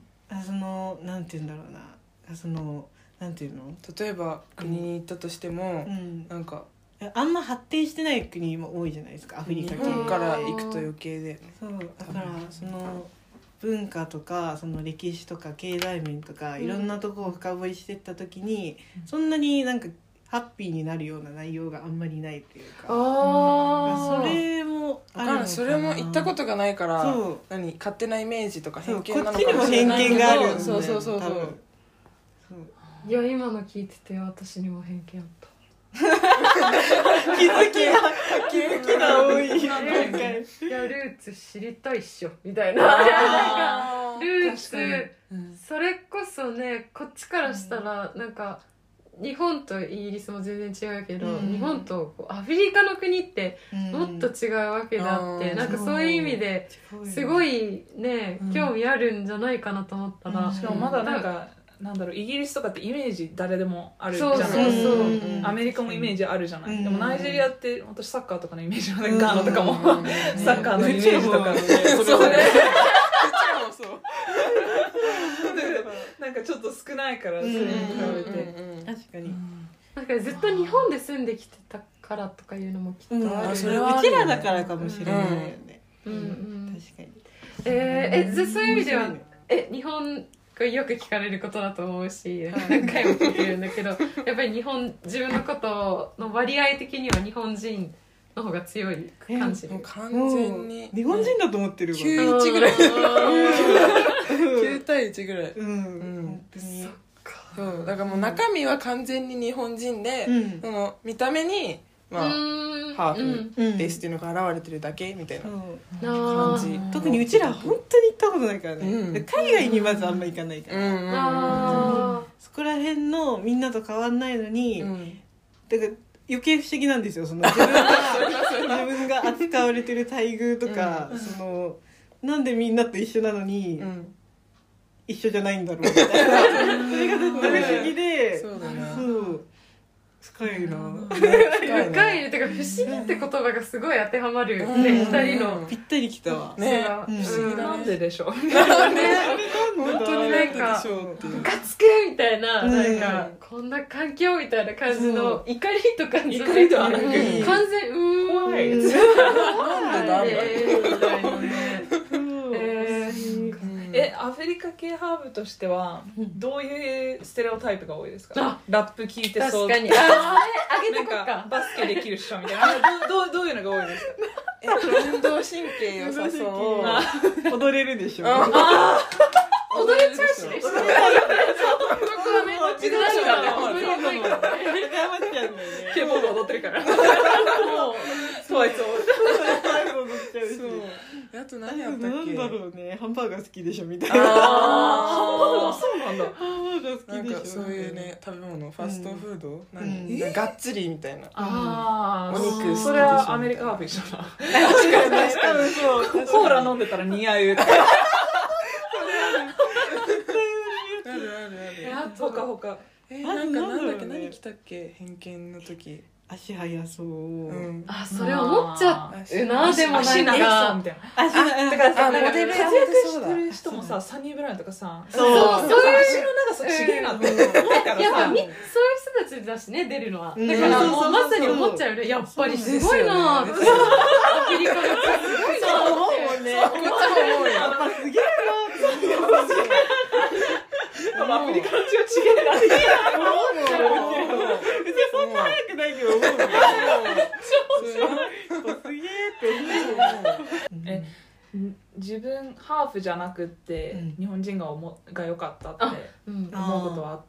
なんて言うんだろうな、なんていうの？ 例えば国に行ったとしても、なんかあんま発展してない国も多いじゃないですか、アフリカ系。 日本から行くと余計で、 そうだから文化とか歴史とか経済面とかいろんなとこを深掘りしていった時に、そんなになんかハッピーになるような内容があんまりないというか、それもあるのかな。 それも行ったことがないから勝手なイメージとか偏見なのかもしれない。こっちにも偏見があるんだよ。 そういや今の聞いてて私にも偏見あった。 気づきが多い。 いやルーツ知りたいっしょみたいな。 ルーツ、 うん、 それこそねこっちからしたらなんか日本とイギリスも全然違うけど、日本とアフリカの国ってもっと違うわけであって、なんかそういう意味ですごいね、興味あるんじゃないかなと思ったら、 しかもまだなんかなんだろう、イギリスとかってイメージ誰でもあるじゃない。アメリカもイメージあるじゃない。でもナイジェリアって私サッカーとかのイメージがない、ガーナとかもサッカーのイメージとかそうねなんかちょっと少ないからそれに比べて確かになんかずっと日本で住んできてたからとかいうのもきっとある、 うちらだからかもしれないよね。確かに。 そういう意味では日本よく聞かれることだと思うし何回も聞いてるんだけどやっぱり自分のことの割合的には日本人の方が強い感じる。 完全に日本人だと思ってるわ。 9:1ぐらい9対1ぐらい。 本当にそうだからもう中身は完全に日本人で、その見た目にまあハーフですっていうのが現れてるだけみたいな感じ。 特にうちら本当に行ったことないからね、海外にまずあんま行かないから、そこら辺のみんなと変わんないのに、だから余計不思議なんですよ、その自分が扱われてる待遇とか、そのなんでみんなと一緒なのに、一緒じゃないんだろうみたいなそれがずっと不思議で、 そうだね、 深いな、 深いね。てか不思議って言葉がすごい当てはまるね、2人のぴったりきたわね。 なんででしょう本当になんかムカつくみたいな、なんかこんな環境みたいな感じの怒りとかじゃなくて完全怖いなんでだみたいなね。 アフリカ系ハーブとしてはどういうステレオタイプが多いですか？ラップ聞いてそう、 確かにあげてこっか、バスケできる人みたいなどういうのが多いですか？ 運動神経良さそう踊れるでしょ。 踊れちゃうしね。僕はね、自分たちが踊れないからね。 ケボード踊ってるから。そういつあと何やったっけ？ なんだろうね、ハンバーガー好きでしょみたいな。 そうなんだ。 ハンバーガー好なんきでしょ。 かそういうね、食べ物ファストフード、がっつりみたいな。 お肉それはアメリカハーブ一緒だ。 確かにそう。 コーラ飲んでたら似合う。ほかほか。 なんだっけ、何来たっけ、偏見の時。 足速そう。 それ思っちゃうな。でも足長そうみたいな。だからさ、モデル活躍してる人もさ、サニーブラウンとかさ、そういう足の長さちげえなって思うからさ。 そういう人たちだしね、出るのは。だからもうまさに思っちゃうよね。やっぱりすごいなって。アフリカの人すごいなって。 こっちも思うよ。 やっぱすげえなって。 アフリカの血はちげえなって別にそんな早くないけど思うよ。すげえって自分ハーフじゃなくって日本人が良かったって思うことはあった？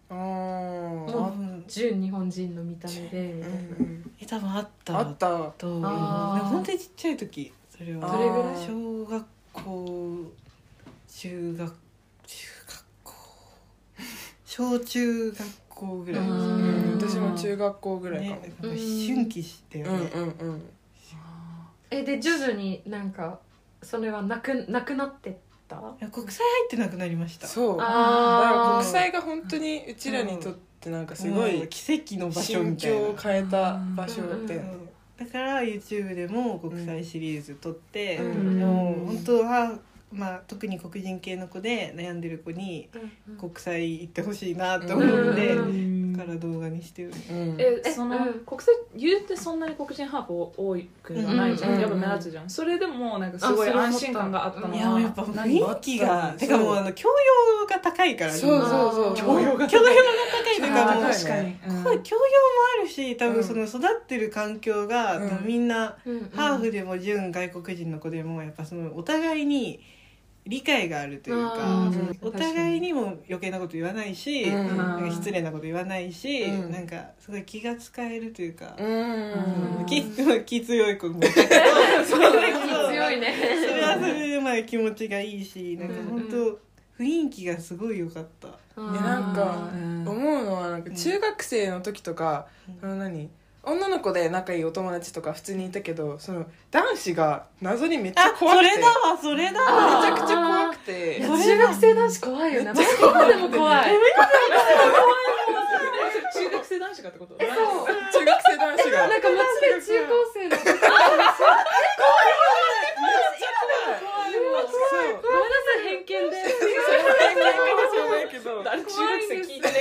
純日本人の見た目でみたいな。 多分あったと。本当にちっちゃい時、それはどれぐらい？ 小学校、中学校、小中学校ぐらいですね。 私も中学校ぐらいかも。 思春期してよね。 で徐々になんかそれはなくなってった国際入ってなくなりました。 そうだから国際が本当にうちらにとってなんかすごい奇跡の場所みたいな、 心境を変えた場所で、 だから YouTube でも国際シリーズ撮って、もう本当は特に黒人系の子で悩んでる子に国際行ってほしいなと思ってから動画にしてる。 その国際言うてそんなに黒人ハーフ多い国はないじゃん。やっぱ目立つじゃん。それでもなんかすごい安心感があったのは、 いややっぱ雰囲気がてかもう教養が高いからね。 そう教養が高いというかもう確かに教養もあるし、多分その育ってる環境がみんなハーフでも純外国人の子でもやっぱそのお互いに理解があるというか、お互いにも余計なこと言わないし、なんか失礼なこと言わないし、なんかすごい気が使えるというか、気強い子もいたけど気強いね。 それはそれでまあ気持ちがいいし、なんか本当雰囲気がすごい良かった。 なんか思うのはなんか中学生の時とか、女の子で仲いいお友達とか普通にいたけど、その男子が謎にめっちゃ怖くて、 それだわめちゃくちゃ怖くて、 中学生男子怖いよね。私今でも怖い。 中学生男子がってこと？ 中学生男子がなんか街で中高生の子が偏見で。 それは偏見かもしれないけど、 誰中学生聞いてね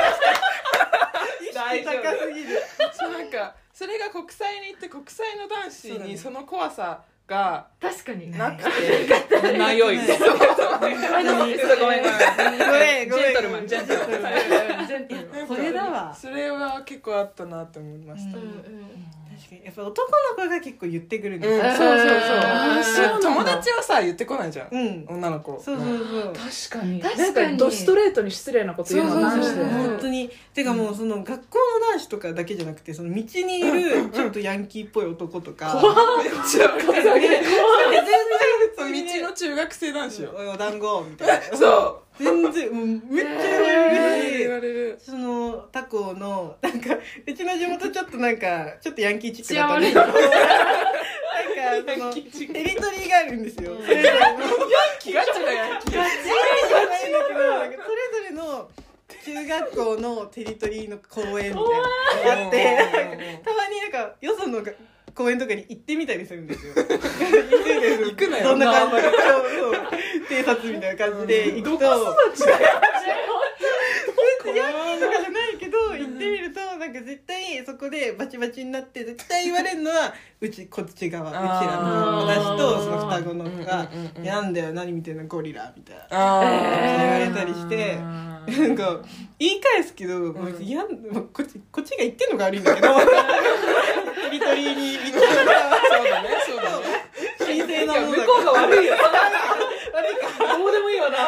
大丈夫。 そうなんかそれが国際に行って国際の男子にその怖さが確かになくて、 なよい。ごめんごめん。ジェントルマン。 それだわ。 それは結構あったなって思いました。 確かにやっぱ男の子が結構言ってくるんですよ。 そう友達はさ言ってこないじゃん、女の子。 そう確かに。なんかドストレートに失礼なこと言うのは男子で。 本当に。てかもうその学校の男子とかだけじゃなくて、その道にいるちょっとヤンキーっぽい男とか。 めっちゃ全然道の中学生男子よ。 お団子みたいな。 そう。 全然もうめっちゃ言われるし、その他校のなんかうちの地元ちょっとなんかちょっとヤンキーチックだったんですけど、なんかそのテリトリーがあるんですよ。それぞれのヤンキーガチなヤンキー。ガチじゃないんだけど、なんかそれぞれの中学校のテリトリーの公園みたいなのがあって、たまになんかよその公園とかに行ってみたりするんですよ。 行くのよ。 そんな感じで、偵察みたいな感じで行くと、ヤンキーとかじゃないけど、行ってみるとなんか絶対そこでバチバチになって絶対言われるのはこっち側、うちらの私とその双子の子が「なんだよ何見てんのゴリラ」みたいな言われたりして、なんか言い返すけど、もうこっちが言ってんのが悪いんだけど、テリトリーに行っちゃうから、そうだね神聖なものだから、 向こうが悪いよ。どうでもいいわな。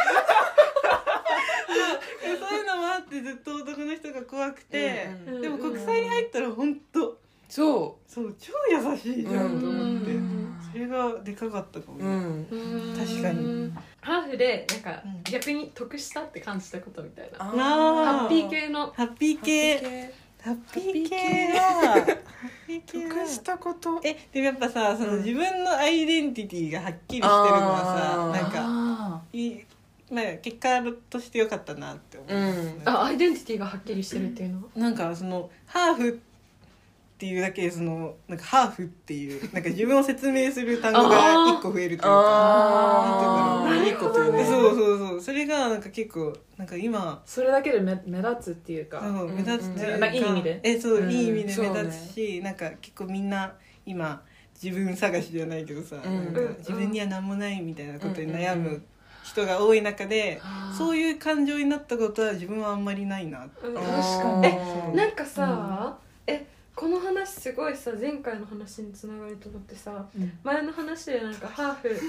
そういうのもあってずっと男の人が怖くて、でも国際に入ったら本当そう超優しいじゃんと思って、それがでかかったかもね。確かにハーフでなんか逆に得したって感じたことみたいな、 ハッピー系のハッピー系は得したこと。 でもやっぱさ、その自分のアイデンティティがはっきりしてるのはさ、なんかまあ結果としてよかったなって思う。 アイデンティティがはっきりしてるっていうのは、 なんかそのハーフっていうだけで、そのなんかハーフっていうなんか自分を説明する単語が一個増えるというか、 いいことよね。 そうそれがなんか結構なんか今それだけで目立つっていうか、 目立つっていうか、 いい意味でそういい意味で目立つし、なんか結構みんな今自分探しじゃないけどさ、なんか自分には何もないみたいなことに悩む人が多い中で、そういう感情になったことは自分はあんまりないなって。 確かに。なんかさ、この話すごいさ、前回の話につながると思ってさ、前の話でなんかハーフ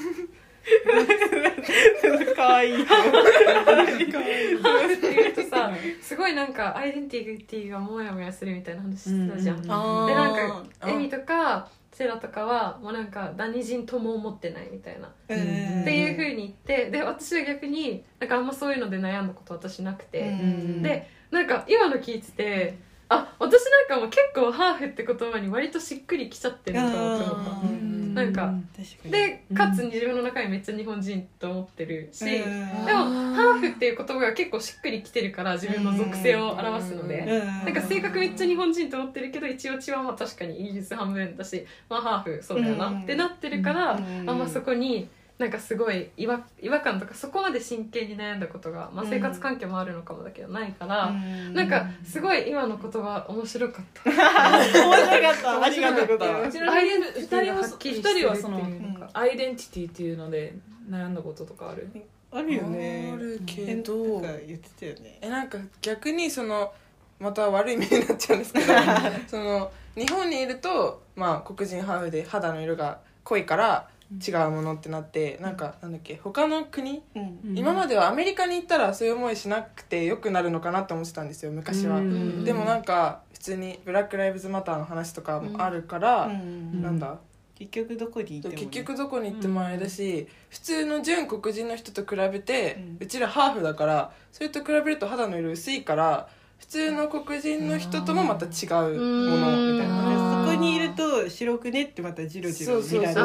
かわいいハーフって言うとさ、すごいなんかアイデンティティがモヤモヤするみたいな話してたじゃん。でなんかエミとかセラとかはもうなんか何人とも思ってないみたいな、っていう風に言って、で私は逆になんかあんまそういうので悩んだこと私なくて、でなんか今の聞いてて、私なんかもう結構ハーフって言葉に割としっくりきちゃってるのかなって思った。なんかでかつ自分の中にめっちゃ日本人と思ってるし、でもハーフっていう言葉が結構しっくりきてるから自分の属性を表すので、なんか性格めっちゃ日本人と思ってるけど一応血はまあ確かにイギリス半分だし、まあハーフそうだよなってなってるから、あんまそこになんかすごい違和感とかそこまで真剣に悩んだことが、まあ、生活環境もあるのかもだけどないから、なんかすごい今の言葉面白かった面白かったありがとうございます。 2人はそのアイデンティティっていうので悩んだこととかある？ あるよね。 あるけど、 なんか言ってたよね。 なんか逆にそのまた悪い目になっちゃうんですけどその日本にいると、まあ、黒人ハーフで肌の色が濃いから違うものってなって、なんかなんだっけ他の国、今まではアメリカに行ったらそういう思いしなくてよくなるのかなって思ってたんですよ昔は。でもなんか普通にブラック・ライブズ・マターの話とかもあるから、なんだ結局どこに行っても、ね、 結局どこに行ってもあれだし、普通の純黒人の人と比べて、うちらハーフだからそれと比べると肌の色薄いから普通の黒人の人ともまた違うものみたいな、 そこにいると白くねってまたジロジロ見られる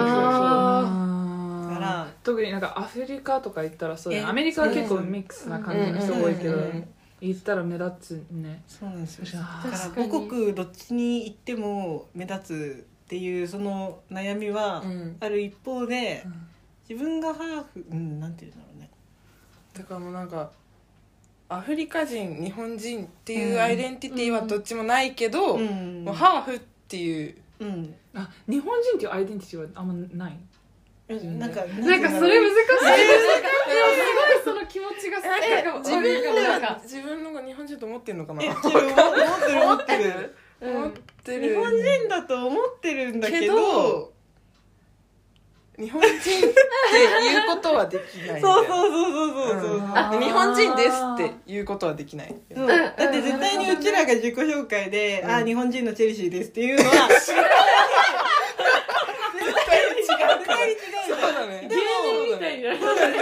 から特になんかアフリカとか行ったらそうだ、アメリカは結構ミックスな感じの人多いけど、行ったら目立つね。 そうなんですよ。だから母国どっちに行っても目立つっていうその悩みはある一方で、自分がハーフ、なんていうんだろうね。 だからもうなんかアフリカ人日本人っていうアイデンティティはどっちもないけど、もうハーフっていう、 あ、日本人っていうアイデンティティはあんまない。 なんかそれ難しい。すごいその気持ちが自分のが日本人と思ってんのかな。 思ってる日本人だと思ってるんだけど日本人って言うことはできないみたいな。 そう日本人ですって言うことはできない。 だって絶対にうちらが自己紹介で、日本人のチェルシーですっていうのはそうだね。 芸人みたいになる。 なんか笑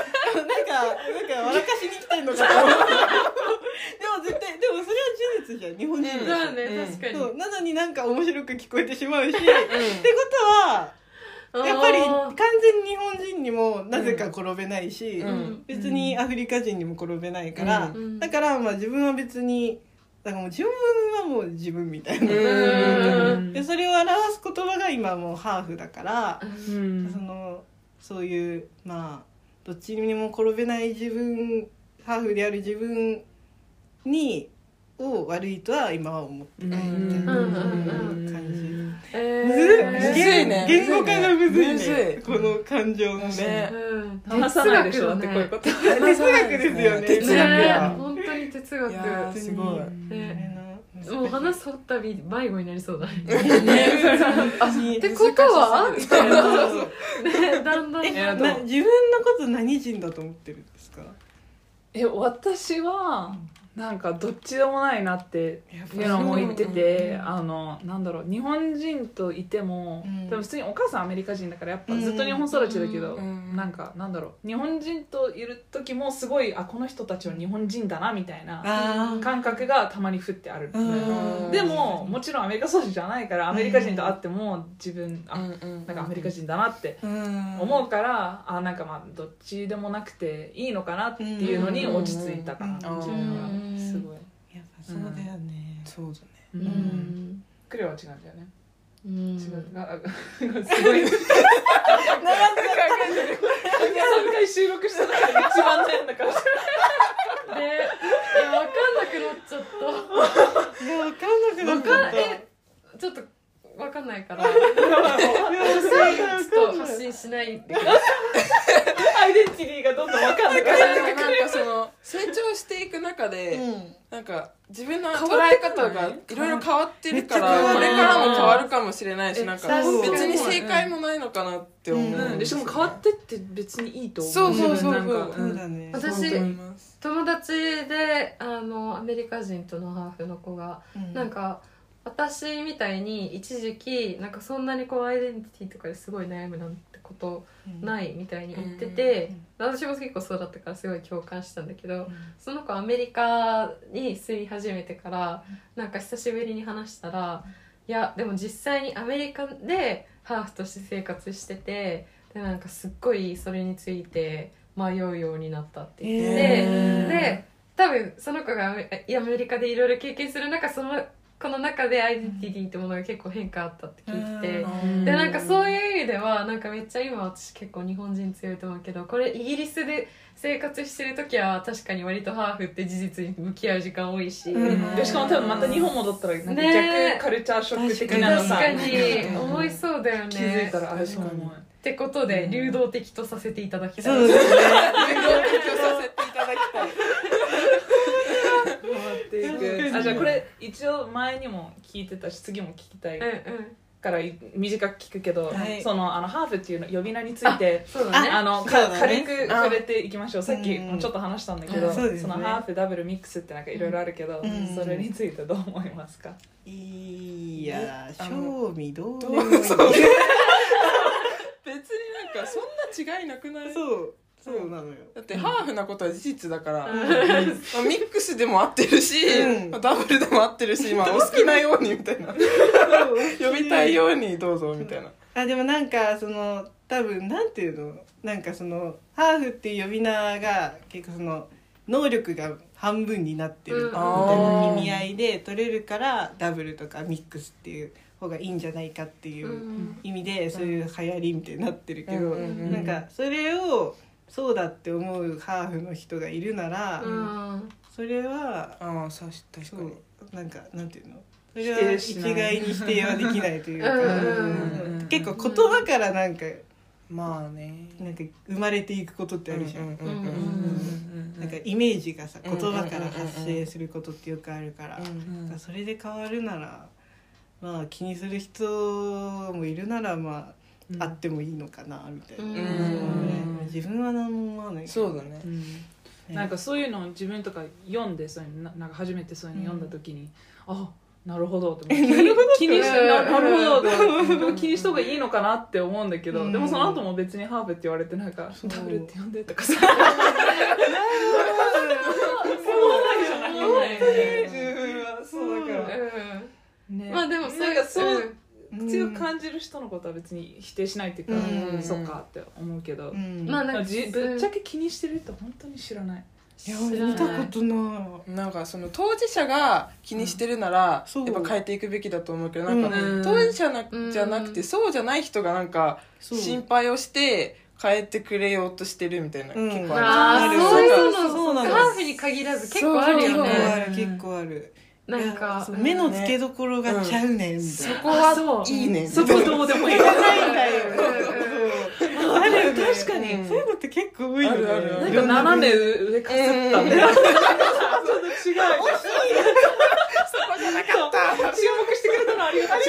かしに来てんのかと思う。でもそれは事実じゃん、日本人だし。 そうね、確かに。 そうなのになんか面白く聞こえてしまうし、ってことはやっぱり完全に日本人にもなぜか転べないし、別にアフリカ人にも転べないから、だからまあ自分は別にだからもう自分はもう自分みたいな、でそれを表す言葉が今もうハーフだから、そういうまあどっちにも転べない自分、ハーフである自分を悪いとは今は思ってないみたいな感じ。むずいね。言語化がむずいね。この感情のね。 話さないでしょだってこういうこと。 哲学ですよね。 哲学や。 本当に哲学。 すごい。 もう話すたび迷子になりそうだね。ってことはみたいな。だんだん自分のこと何人だと思ってるんですか？ 私はなんかどっちでもないなっていうのも言ってて、なんだろう、日本人といても、でも普通にお母さんアメリカ人だからやっぱずっと日本育ちだけど、なんかなんだろう、日本人といる時もすごいこの人たちは日本人だなみたいな感覚がたまにふってある。でももちろんアメリカ育ちじゃないからアメリカ人と会っても自分なんかアメリカ人だなって思うから、なんかまあどっちでもなくていいのかなっていうのに落ち着いたかな。すごい。 やっぱそうだよね。 そうだね。 クレは違うんだよね。違う。すごい。3回収録した中で一番悩んだから。 分かんなくなっちゃった。 分かんなくなっちゃった。 ちょっと分かんないから。ちょっと発信しないでください。 アイデンティティがどんどん分かんなくなってくる。 なんかその成長していく中で、なんか自分の捉え方がいろいろ変わってるからこれからも変わるかもしれないし、なんか別に正解もないのかなって思う。 でしかも変わってって別にいいと思う。 そう私友達でアメリカ人とのハーフの子がなんか私みたいに一時期なんかそんなにこうアイデンティティとかですごい悩むなんてことないみたいに言ってて、私も結構そうだったからすごい共感したんだけど、その子アメリカに住み始めてからなんか久しぶりに話したら、いやでも実際にアメリカでハーフとして生活してて、でなんかすっごいそれについて迷うようになったって言ってて、で多分その子がアメリカでいろいろ経験する中この中でアイデンティティってものが結構変化あったって聞いてて、でなんかそういう意味ではなんかめっちゃ今私結構日本人強いと思うけど、これイギリスで生活してる時は確かに割とハーフって事実に向き合う時間多いし、 しかも多分また日本戻ったらなんか逆カルチャーショック的なのさ、 確かに思いそうだよね。 気づいたらそう思うってことで流動的とさせていただきたい。 そうですね。 流動的とさせていただきたい。 じゃあこれ一応前にも聞いてたし次も聞きたいから短く聞くけど、そのハーフっていうの呼び名について軽く触れていきましょう。さっきもちょっと話したんだけど、そのハーフダブルミックスってなんかいろいろあるけど、それについてどう思いますか？ いや、賞味どうでもいい。 かそんな違いなくない？ そうなのよ。 だってハーフなことは事実だから、まあ、ミックスでも合ってるし、ダブルでも合ってるし、まあ、お好きなようにみたいな呼びたいようにどうぞみたいな。 でもなんかその多分なんていうの、なんかそのハーフっていう呼び名が結構その能力が半分になってるみたいな意味合いで取れるから、ダブルとかミックスっていう方がいいんじゃないかっていう意味で、そういう流行りみたいになってるけど、なんかそれをそうだって思うハーフの人がいるなら、それは確かになんかなんていうの、それは一概に否定はできないというか、結構言葉からなんかまあね、 なんか生まれていくことってあるじゃん。なんかイメージがさ、言葉から発生することってよくあるから、それで変わるなら、まあ気にする人もいるならまあ、あってもいいのかなみたいな。自分は何も思わないけど。 そうだね。 なんかそういうのを自分とか読んで、そういうのなんか初めてそういうの読んだ時に、なるほどって気にしてなるほど気にした方がいいのかなって思うんだけど、でもその後も別にハーフって言われてなんかダブルって呼んでとかさ、そうなんじゃないよね。自分はそうだからね。まあでもなんかそう強く感じる人のことは別に否定しないっていうか、そうかって思うけど、まあなんかぶっちゃけ気にしてる人本当に知らない。 いや見たことない。 なんかその当事者が気にしてるなら、やっぱ変えていくべきだと思うけど、なんか当事者じゃなくてそうじゃない人がなんか心配をして変えてくれようとしてるみたいな、結構ある。 そうなの。ハーフに限らず結構あるよね。 結構ある。 なんか目の付けどころがちゃうねんみたいな。 そこはいいねん。 そこどうでもいい。 ないんだよ。あるよね。 確かにそういうのって結構多いよね。 なんか斜め上かすったみたいな。ちょっと違う。そこじゃなかった。 注目してくれたのありがとう。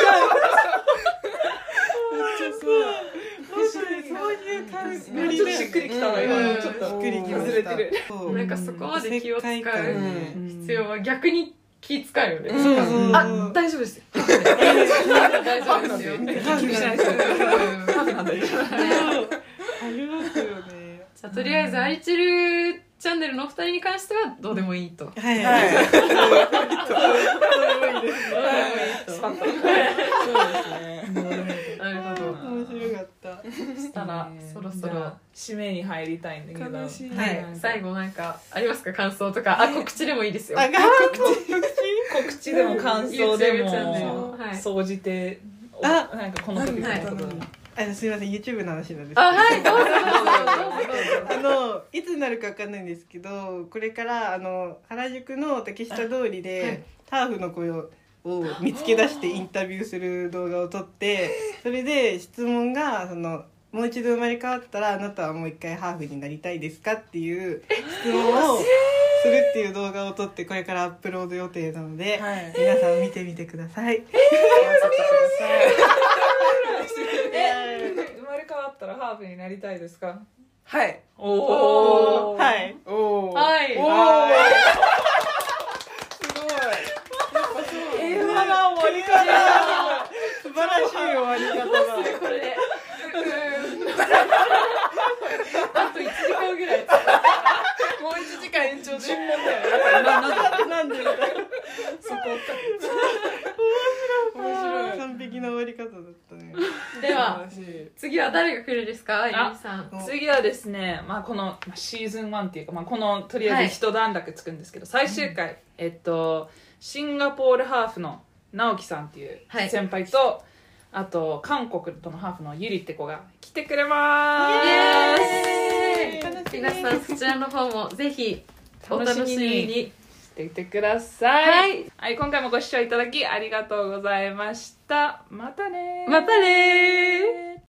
そういう感じ。 ちょっとしっくりきたわ今。ちょっとしっくりきずれてる。 なんかそこまで気を使う必要は逆に気使うよね。大丈夫ですよ。大丈夫ですよ。ハーフしないですよ。ハーフなんだよ。 ありますよね。 じゃあとりあえずアリチルチャンネルのお二人に関してはどうでもいいと。 はい。どうでもいいです。 スパッと。 そうですね。 なるほど。 面白かった。 したらそろそろ締めに入りたいんだけど。はい。 最後なんかありますか、感想とか。告知でもいいですよ。 告知でも感想でも総じてなんかこの時のことすいません YouTube の話なんですけど、 はいどうぞいつになるかわかんないんですけど、これから原宿の竹下通りでハーフの声を見つけ出してインタビューする動画を撮って、それで質問がもう一度生まれ変わったらあなたはもう一回ハーフになりたいですかっていう質問をするっていう動画を撮ってこれからアップロード予定なので、皆さん見てみてください。 生まれ変わったらハーフになりたいですか？ はい。 おー。 はい。 おー。 はい。 すごい。 平和な終わり方。 素晴らしい終わり方だ。 これで。あと1時間ぐらい。 もう1時間延長で。 尋問だよ。 なんでみたいな。 そこ面白い。完璧な終わり方だったね。 では次は誰が来るんですか、ゆみさん。 次はですね、このシーズン1っていうか、このとりあえず一段落つくんですけど、最終回、シンガポールハーフの直樹さんっていう先輩と、あと韓国とのハーフのユリって子が来てくれまーす。皆さんそちらの方もぜひお楽しみにしていてください。はい、今回もご視聴いただきありがとうございました。またね。